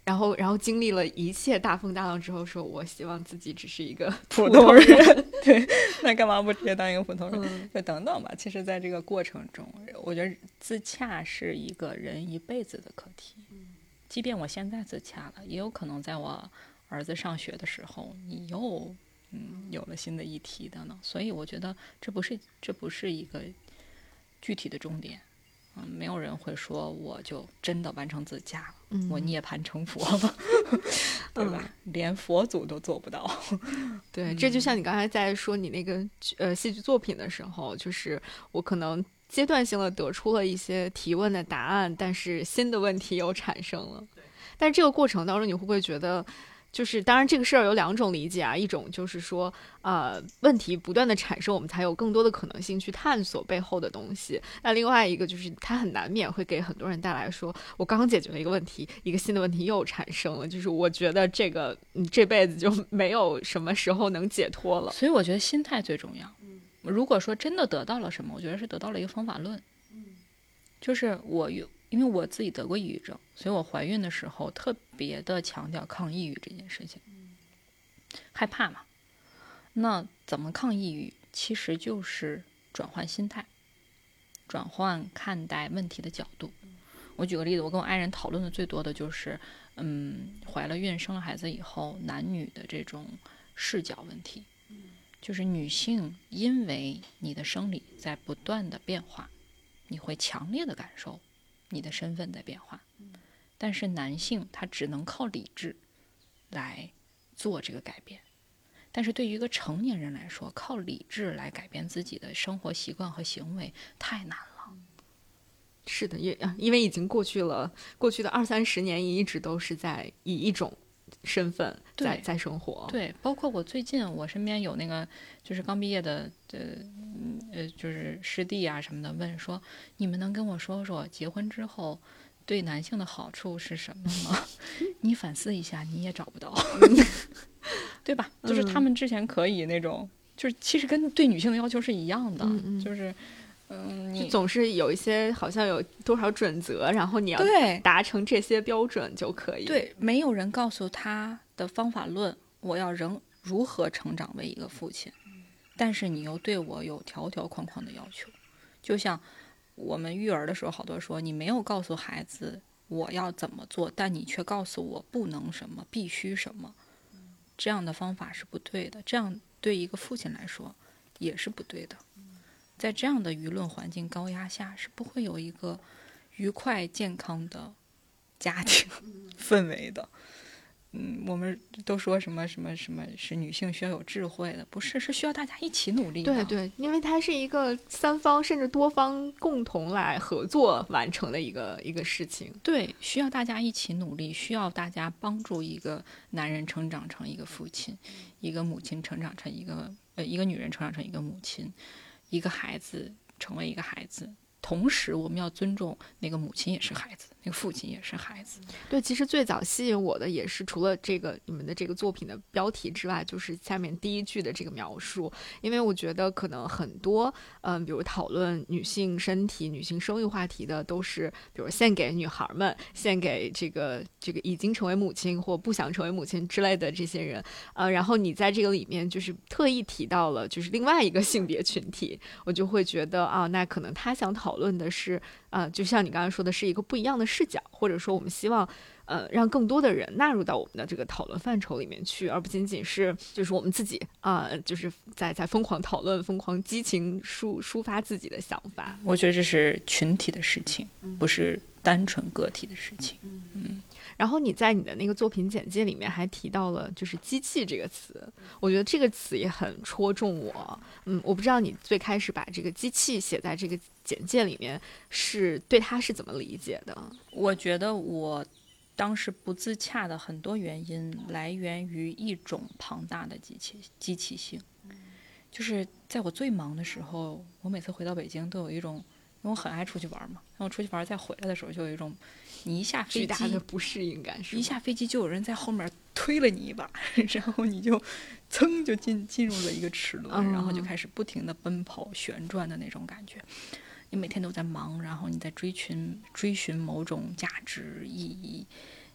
然后经历了一切大风大浪之后，说我希望自己只是一个普通人。对，那干嘛不直接当一个普通人？就等等吧。其实，在这个过程中，我觉得自洽是一个人一辈子的课题。即便我现在自洽了，也有可能在我儿子上学的时候，你又有了新的议题等等。所以，我觉得这不是一个具体的终点。没有人会说我就真的完成自洽了，我涅槃成佛了，对吧？连佛祖都做不到。 对，这就像你刚才在说你那个戏剧作品的时候，就是我可能阶段性的得出了一些提问的答案，但是新的问题又产生了。但是这个过程当中，你会不会觉得？就是当然这个事儿有两种理解啊，一种就是说问题不断的产生，我们才有更多的可能性去探索背后的东西。那另外一个就是它很难免会给很多人带来说，我刚刚解决了一个问题，一个新的问题又产生了，就是我觉得这个这辈子就没有什么时候能解脱了。 所以我觉得心态最重要。如果说真的得到了什么，我觉得是得到了一个方法论。就是因为我自己得过抑郁症，所以我怀孕的时候特别的强调抗抑郁这件事情。害怕嘛，那怎么抗抑郁？其实就是转换心态，转换看待问题的角度。我举个例子，我跟我爱人讨论的最多的就是怀了孕生了孩子以后男女的这种视角问题。就是女性因为你的生理在不断的变化，你会强烈的感受你的身份在变化，但是男性他只能靠理智来做这个改变。但是对于一个成年人来说，靠理智来改变自己的生活习惯和行为太难了。 是的，因为已经过去的20-30年，一直都是在以一种身份在生活。 对，包括我最近我身边有那个就是刚毕业的就是师弟啊什么的，问说你们能跟我说说结婚之后对男性的好处是什么吗？你反思一下，你也找不到。对吧？就是他们之前可以那种就是其实跟对女性的要求是一样的。就是你总是有一些好像有多少准则，然后你要达成这些标准就可以。 对，没有人告诉他的方法论，我要如何成长为一个父亲，但是你又对我有条条框框的要求。就像我们育儿的时候，好多说你没有告诉孩子我要怎么做，但你却告诉我不能什么，必须什么，这样的方法是不对的，这样对一个父亲来说也是不对的。在这样的舆论环境高压下，是不会有一个愉快健康的家庭氛围的。我们都说什么是女性需要有智慧的，不是，是需要大家一起努力的。 对对，因为它是一个3方甚至多方共同来合作完成的一个事情。 对，需要大家一起努力，需要大家帮助一个男人成长成一个父亲，一个母亲成长成一个女人成长成一个母亲，一个孩子成为一个孩子。同时我们要尊重那个母亲也是孩子，那个父亲也是孩子。 对，其实最早吸引我的也是除了这个你们的这个作品的标题之外，就是下面第一句的这个描述。因为我觉得可能很多比如讨论女性身体女性生育话题的都是比如献给女孩们，献给这个已经成为母亲或不想成为母亲之类的这些人。然后你在这个里面就是特意提到了就是另外一个性别群体，我就会觉得那可能他想讨论的是就像你刚才说的是一个不一样的视角，或者说我们希望让更多的人纳入到我们的这个讨论范畴里面去，而不仅仅是就是我们自己就是在疯狂讨论疯狂激情抒发自己的想法。 我觉得这是群体的事情，不是单纯个体的事情。 然后你在你的那个作品简介里面还提到了就是机器这个词，我觉得这个词也很戳中我。我不知道你最开始把这个机器写在这个简介里面是对它是怎么理解的？ 我觉得我当时不自洽的很多原因来源于一种庞大的机器性。就是在我最忙的时候，我每次回到北京都有一种，因为我很爱出去玩嘛，然后出去玩再回来的时候就有一种你一下飞机巨大的不适应感， 一下飞机就有人在后面推了你一把，然后你就噌就进入了一个齿轮，然后就开始不停的奔跑旋转的那种感觉。你每天都在忙，然后你在追寻某种价值意义，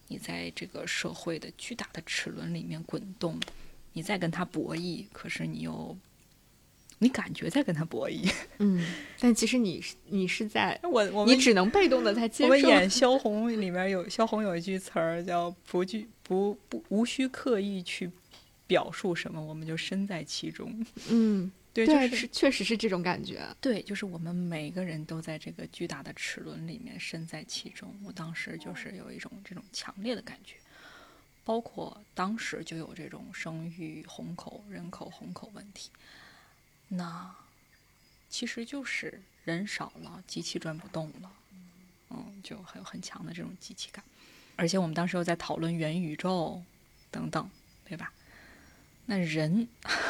你在这个社会的巨大的齿轮里面滚动，你在跟他博弈，可是你感觉在跟他博弈， 但其实你是在你只能被动的在接受。 我们演萧红里面萧红有一句词儿叫无需刻意去表述什么，我们就身在其中。对， 确实是这种感觉。 对，就是我们每个人都在这个巨大的齿轮里面身在其中。我当时就是有一种这种强烈的感觉，包括当时就有这种生育人口红口问题。那其实就是人少了，机器转不动了，就很强的这种机器感。而且我们当时又在讨论元宇宙等等，对吧？那人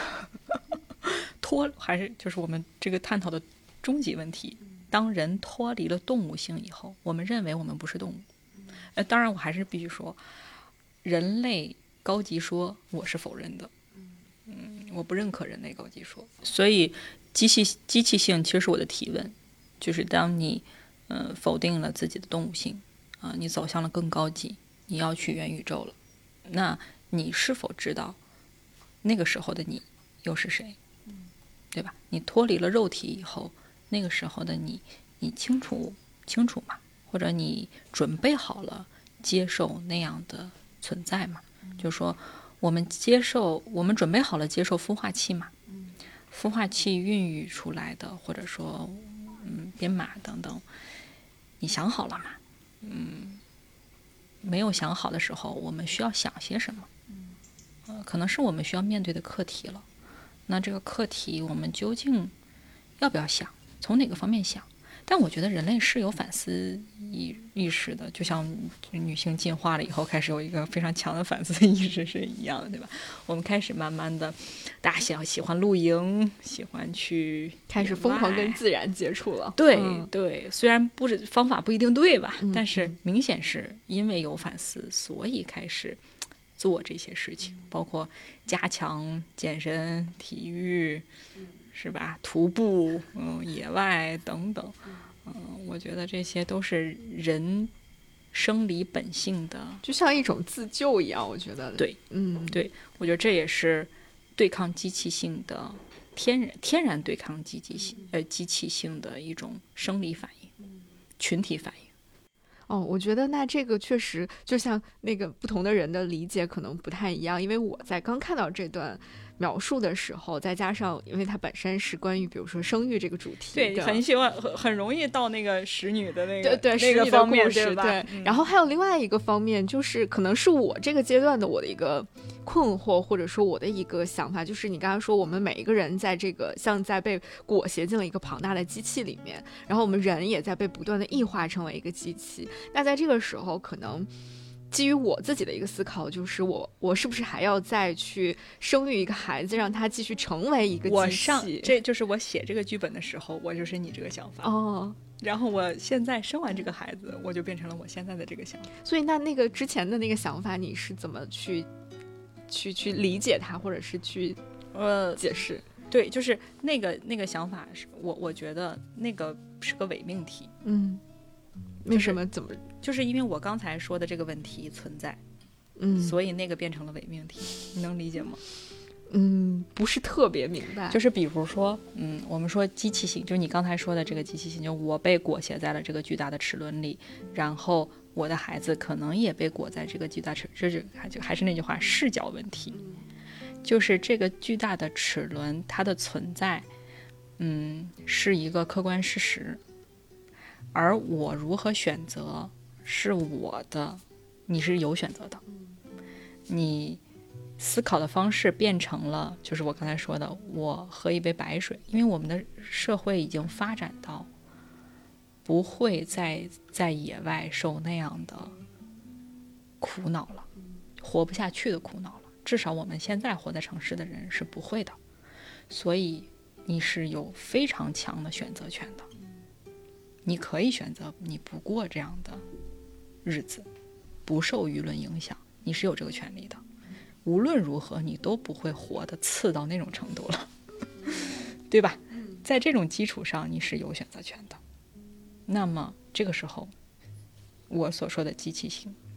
还是就是我们这个探讨的终极问题，当人脱离了动物性以后，我们认为我们不是动物。当然我还是必须说，人类高级说我是否认的，我不认可人类高级说。所以机器性其实是我的提问，就是当你否定了自己的动物性你走向了更高级，你要去元宇宙了，那你是否知道那个时候的你又是谁？对吧？你脱离了肉体以后，那个时候的你清楚吗？或者你准备好了接受那样的存在吗？就是说我们准备好了接受孵化器吗？孵化器孕育出来的，或者说编码等等，你想好了吗？没有想好的时候，我们需要想些什么？可能是我们需要面对的课题了。那这个课题我们究竟要不要想？从哪个方面想？但我觉得人类是有反思意识的，就像女性进化了以后开始有一个非常强的反思意识是一样的，对吧？我们开始慢慢的，大家喜欢露营，喜欢去开始疯狂跟自然接触了。 对，虽然方法不一定对吧，但是明显是因为有反思，所以开始做这些事情，包括加强健身、体育，是吧？徒步、野外等等，我觉得这些都是人生理本性的， 就像一种自救一样。我觉得对，对，我觉得这也是对抗机器性的天然对抗机器性的一种生理反应，群体反应。 我觉得那这个确实就像那个不同的人的理解可能不太一样，因为我在刚看到这段描述的时候，再加上因为它本身是关于比如说生育这个主题的， 对，很喜欢，很容易到那个使女的那个对那个方面， 对吧？对。然后还有另外一个方面，就是可能是我这个阶段的我的一个困惑，或者说我的一个想法，就是你刚才说我们每一个人在这个像在被裹挟进了一个庞大的机器里面，然后我们人也在被不断的异化成为一个机器。那在这个时候，可能基于我自己的一个思考，就是我是不是还要再去生育一个孩子，让他继续成为一个机器？ 这就是我写这个剧本的时候，我就是你这个想法然后我现在生完这个孩子，我就变成了我现在的这个想法。 所以那个之前的那个想法，你是怎么去理解它，或者是去解释？ 对，就是那个想法是我觉得那个是个伪命题。 为什么？怎么？ 就是因为我刚才说的这个问题存在，所以那个变成了伪命题，你能理解吗？ 不是特别明白。 就是比如说，我们说机器性，就是你刚才说的这个机器性，就我被裹挟在了这个巨大的齿轮里，然后我的孩子可能也被裹在这个巨大齿，还是那句话，视角问题，就是这个巨大的齿轮它的存在，是一个客观事实。而我如何选择是我的，你是有选择的。你思考的方式变成了，就是我刚才说的，我喝一杯白水，因为我们的社会已经发展到不会再在野外受那样的苦恼了，活不下去的苦恼了。至少我们现在活在城市的人是不会的，所以你是有非常强的选择权的。你可以选择你不过这样的日子，不受舆论影响，你是有这个权利的。无论如何，你都不会活得次到那种程度了，对吧？在这种基础上，你是有选择权的。那么这个时候，我所说的机器性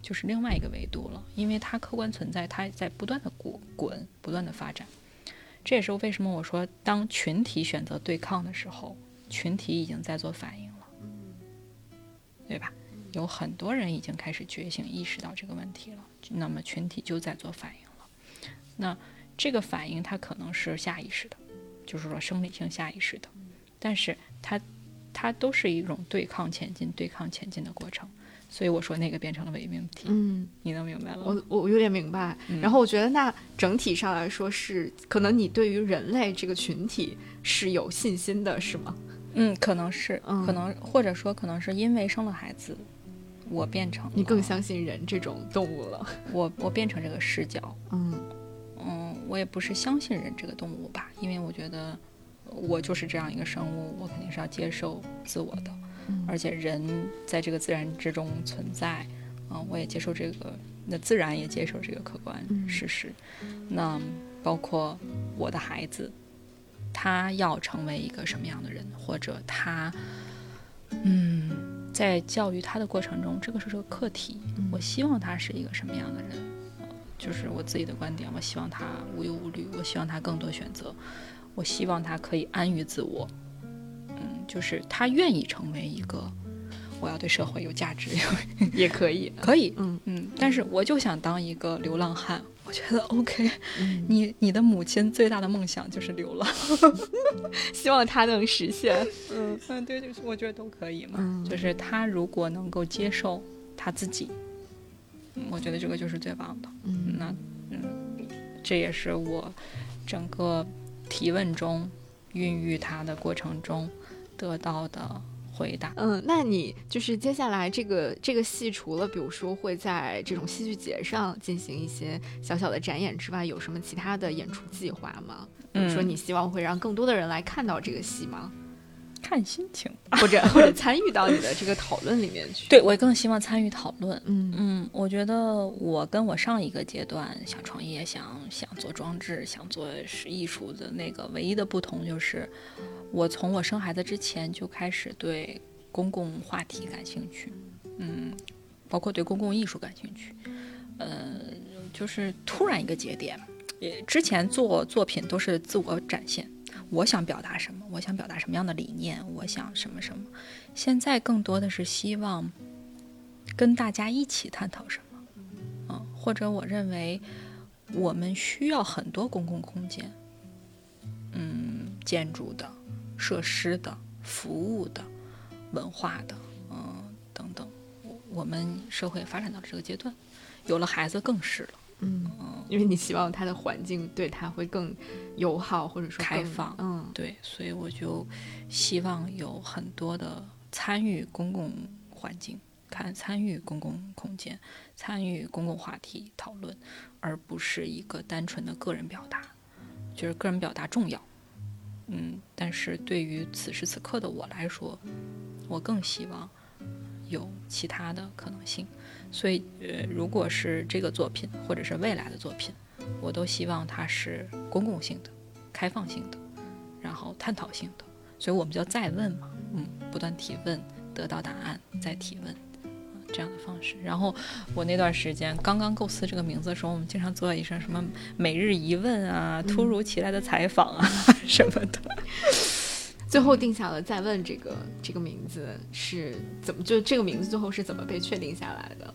就是另外一个维度了，因为它客观存在，它在不断的滚，不断的发展。这也是为什么我说，当群体选择对抗的时候，群体已经在做反应了，对吧？有很多人已经开始觉醒，意识到这个问题了，那么群体就在做反应了。那这个反应它可能是下意识的，就是说生理性下意识的，但是它都是一种对抗前进的过程。所以我说那个变成了伪命题。你能明白了？ 我有点明白。然后我觉得那整体上来说是，可能你对于人类这个群体是有信心的，是吗？ 可能是，可能或者说可能是因为生了孩子，我变成了你更相信人这种动物了。 我变成这个视角。我也不是相信人这个动物吧，因为我觉得我就是这样一个生物，我肯定是要接受自我的。而且人在这个自然之中存在，我也接受这个，那自然也接受这个客观事实。那包括我的孩子，他要成为一个什么样的人，或者他在教育他的过程中，这个是个课题，我希望他是一个什么样的人，就是我自己的观点，我希望他无忧无虑，我希望他更多选择，我希望他可以安于自我。就是他愿意成为一个我要对社会有价值也可以但是我就想当一个流浪汉，我觉得 OK。你的母亲最大的梦想就是流浪希望他能实现。 对，就是我觉得都可以嘛。就是他如果能够接受他自己，我觉得这个就是最棒的。这也是我整个提问中孕育他的过程中得到的回答。 那你就是接下来这个戏，除了比如说会在这种戏剧节上进行一些小小的展演之外，有什么其他的演出计划吗？比如说你希望会让更多的人来看到这个戏吗？ 看心情， 或者参与到你的这个讨论里面去。 对，我更希望参与讨论。我觉得我跟我上一个阶段想创业、想做装置、想做艺术的那个唯一的不同，就是我从我生孩子之前就开始对公共话题感兴趣，包括对公共艺术感兴趣。就是突然一个节点，之前做作品都是自我展现。我想表达什么，我想表达什么样的理念，我想什么什么。现在更多的是希望跟大家一起探讨什么，或者我认为我们需要很多公共空间，建筑的、设施的、服务的、文化的，等等。我们社会发展到了这个阶段，有了孩子更是了。 因为你希望他的环境对他会更友好，或者说开放。对，所以我就希望有很多的参与公共环境，参与公共空间，参与公共话题讨论，而不是一个单纯的个人表达。就是个人表达重要，但是对于此时此刻的我来说，我更希望有其他的可能性。所以如果是这个作品或者是未来的作品，我都希望它是公共性的、开放性的，然后探讨性的。所以我们叫再问嘛，不断提问，得到答案，再提问，这样的方式。然后我那段时间刚刚构思这个名字的时候，我们经常做一声什么每日一问啊，突如其来的采访啊什么的。 最后定下了再问这个名字是怎么，就这个名字最后是怎么被确定下来的？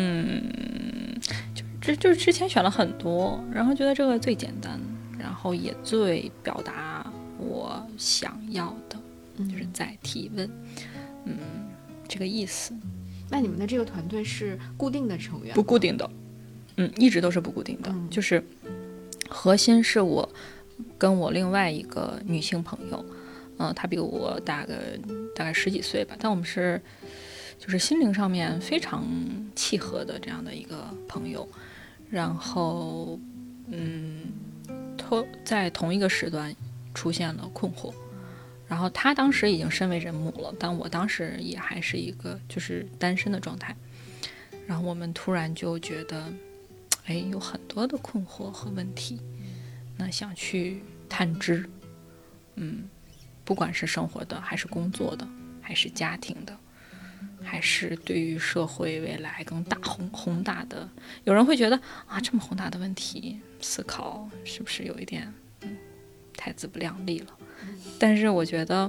就是之前选了很多，然后觉得这个最简单，然后也最表达我想要的，就是在提问，这个意思。 那你们的这个团队是固定的成员？ 不固定的，一直都是不固定的，就是核心是我跟我另外一个女性朋友。她比我大概10几岁吧，但我们是就是心灵上面非常契合的这样的一个朋友。然后在同一个时段出现了困惑，然后她当时已经身为人母了，但我当时也还是一个就是单身的状态。然后我们突然就觉得有很多的困惑和问题，那想去探知，不管是生活的还是工作的还是家庭的， 还是对于社会未来更大宏大的？有人会觉得啊，这么宏大的问题思考是不是有一点太自不量力了？但是我觉得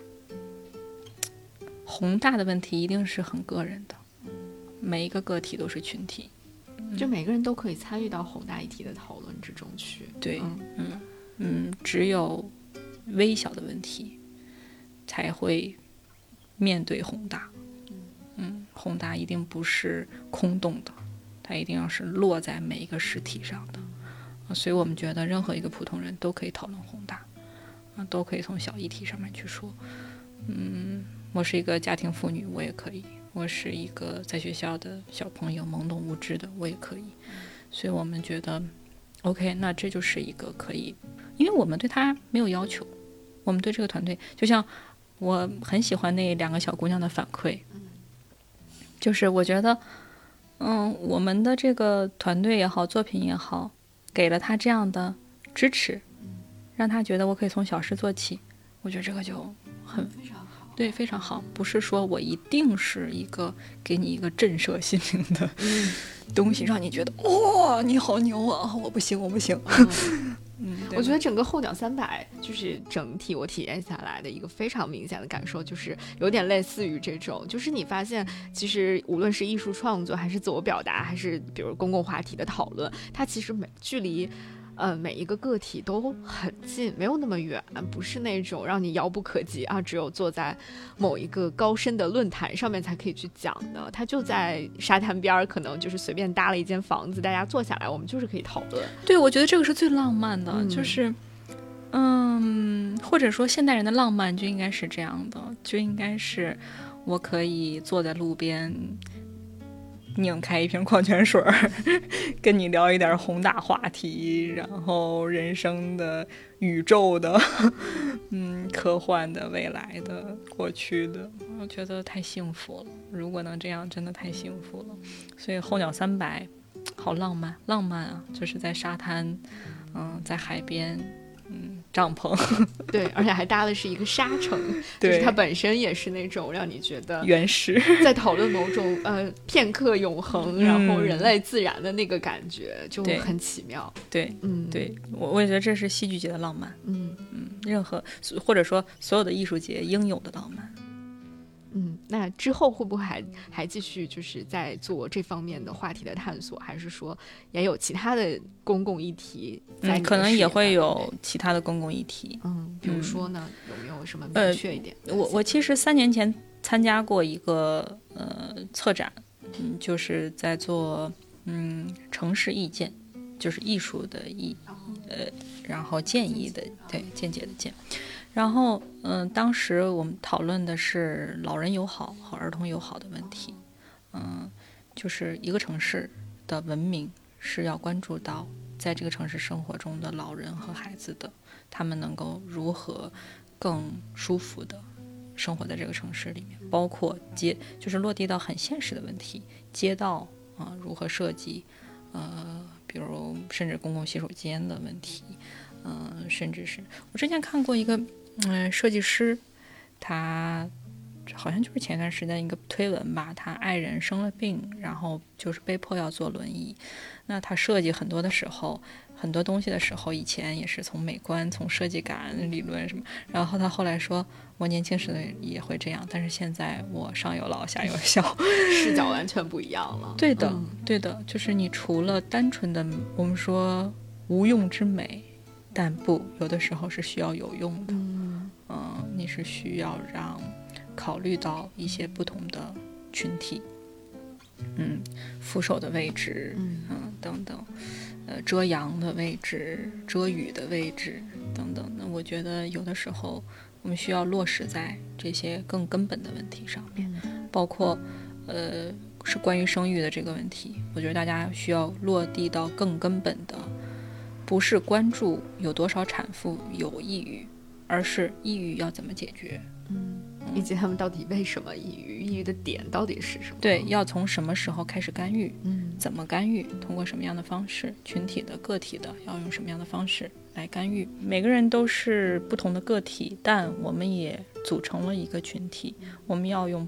宏大的问题一定是很个人的，每一个个体都是群体， 就每个人都可以参与到宏大议题的讨论之中去。 对，只有微小的问题才会面对宏大。宏大一定不是空洞的，它一定要是落在每一个实体上的。所以我们觉得任何一个普通人都可以讨论宏大，都可以从小议题上面去说。我是一个家庭妇女，我也可以；我是一个在学校的小朋友，懵懂无知的，我也可以。所以我们觉得 OK， 那这就是一个可以，因为我们对他没有要求，我们对这个团队，就像我很喜欢那2个小姑娘的反馈，就是我觉得我们的这个团队也好，作品也好，给了他这样的支持，让他觉得我可以从小事做起，我觉得这个就非常好。对，非常好。不是说我一定是一个给你一个震慑心灵的东西，让你觉得哇，你好牛啊，我不行。 我觉得整个候鸟300就是整体我体验下来的一个非常明显的感受，就是有点类似于这种，就是你发现其实无论是艺术创作还是自我表达，还是比如公共话题的讨论，它其实距离每一个个体都很近，没有那么远，不是那种让你遥不可及啊，只有坐在某一个高深的论坛上面才可以去讲的。它就在沙滩边，可能就是随便搭了一间房子，大家坐下来，我们就是可以讨论。 对，我觉得这个是最浪漫的，就是或者说现代人的浪漫就应该是这样的，就应该是我可以坐在路边拧开一瓶矿泉水跟你聊一点宏大话题，然后人生的、宇宙的科幻的、未来的、过去的，我觉得太幸福了，如果能这样真的太幸福了。所以候鸟300好浪漫啊，就是在沙滩在海边帐篷对，而且还搭的是一个沙城，就是它本身也是那种让你觉得原始， 在讨论某种片刻永恒，然后人类自然的那个感觉，就很奇妙。 对，对，我也觉得这是戏剧节的浪漫。任何或者说所有的艺术节应有的浪漫。 那之后会不会还继续就是在做这方面的话题的探索，还是说也有其他的公共议题在可能也会有其他的公共议题。 比如说呢，有没有什么明确一点？ 我其实3年前参加过一个策展，就是在做城市意见，就是艺术的艺，然后建议的，对，见解的见。然后当时我们讨论的是老人友好和儿童友好的问题。就是一个城市的文明是要关注到在这个城市生活中的老人和孩子的，他们能够如何更舒服的生活在这个城市里面，包括就是落地到很现实的问题，街道如何设计，比如甚至公共洗手间的问题，甚至是我之前看过一个设计师，他好像就是前段时间一个推文吧，他爱人生了病，然后就是被迫要坐轮椅。那他设计很多的时候，很多东西的时候，以前也是从美观、从设计感、理论什么，然后他后来说，我年轻时也会这样，但是现在我上有老下有小， 视角完全不一样了。 对的，对的，就是你除了单纯的我们说无用之美，但不，有的时候是需要有用的。你是需要考虑到一些不同的群体，扶手的位置，等等，遮阳的位置、遮雨的位置等等。那我觉得有的时候我们需要落实在这些更根本的问题上面，包括是关于生育的这个问题，我觉得大家需要落地到更根本的，不是关注有多少产妇有抑郁，而是抑郁要怎么解决， 以及他们到底为什么抑郁，抑郁的点到底是什么？ 对，要从什么时候开始干预，怎么干预，通过什么样的方式，群体的、个体的，要用什么样的方式来干预。每个人都是不同的个体，但我们也组成了一个群体，我们要用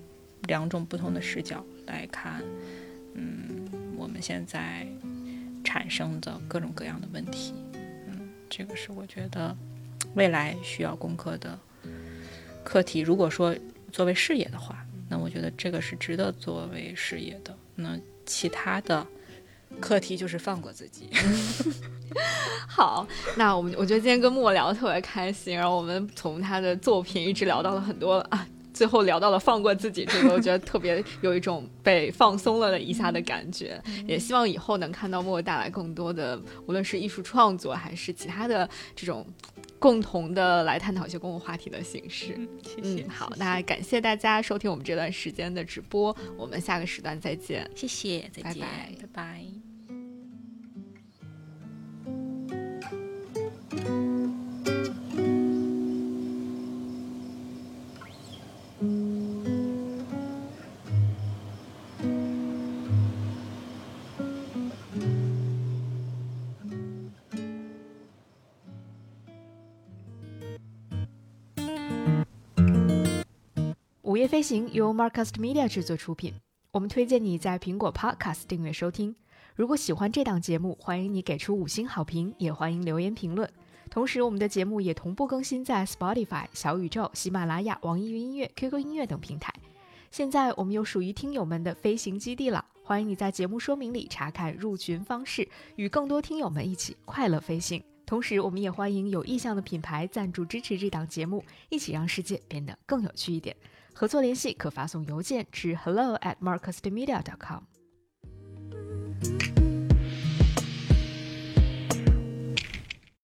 两种不同的视角来看，我们现在产生的各种各样的问题，这个是我觉得未来需要攻克的课题。如果说作为事业的话，那我觉得这个是值得作为事业的。那其他的课题就是放过自己。 好，那我觉得今天跟莫聊得特别开心，然后我们从他的作品一直聊到了很多啊，最后聊到了放过自己，这个我觉得特别有一种被放松了一下的感觉。也希望以后能看到莫带来更多的，无论是艺术创作还是其他的这种共同的来探讨一些公共话题的形式。 谢谢。 好，那感谢大家收听我们这段时间的直播，我们下个时段再见。 谢谢，再见， 拜拜， 拜拜。 午夜飞行由 Marcast Media 制作出品，我们推荐你在苹果 Podcast 订阅收听。如果喜欢这档节目，欢迎你给出5星好评，也欢迎留言评论。同时，我们的节目也同步更新在 Spotify、小宇宙、喜马拉雅、网易云音乐、QQ 音乐等平台。现在我们有属于听友们的飞行基地了，欢迎你在节目说明里查看入群方式，与更多听友们一起快乐飞行。同时，我们也欢迎有意向的品牌赞助支持这档节目，一起让世界变得更有趣一点。合作联系可发送邮件至 hello@marcastmedia.com。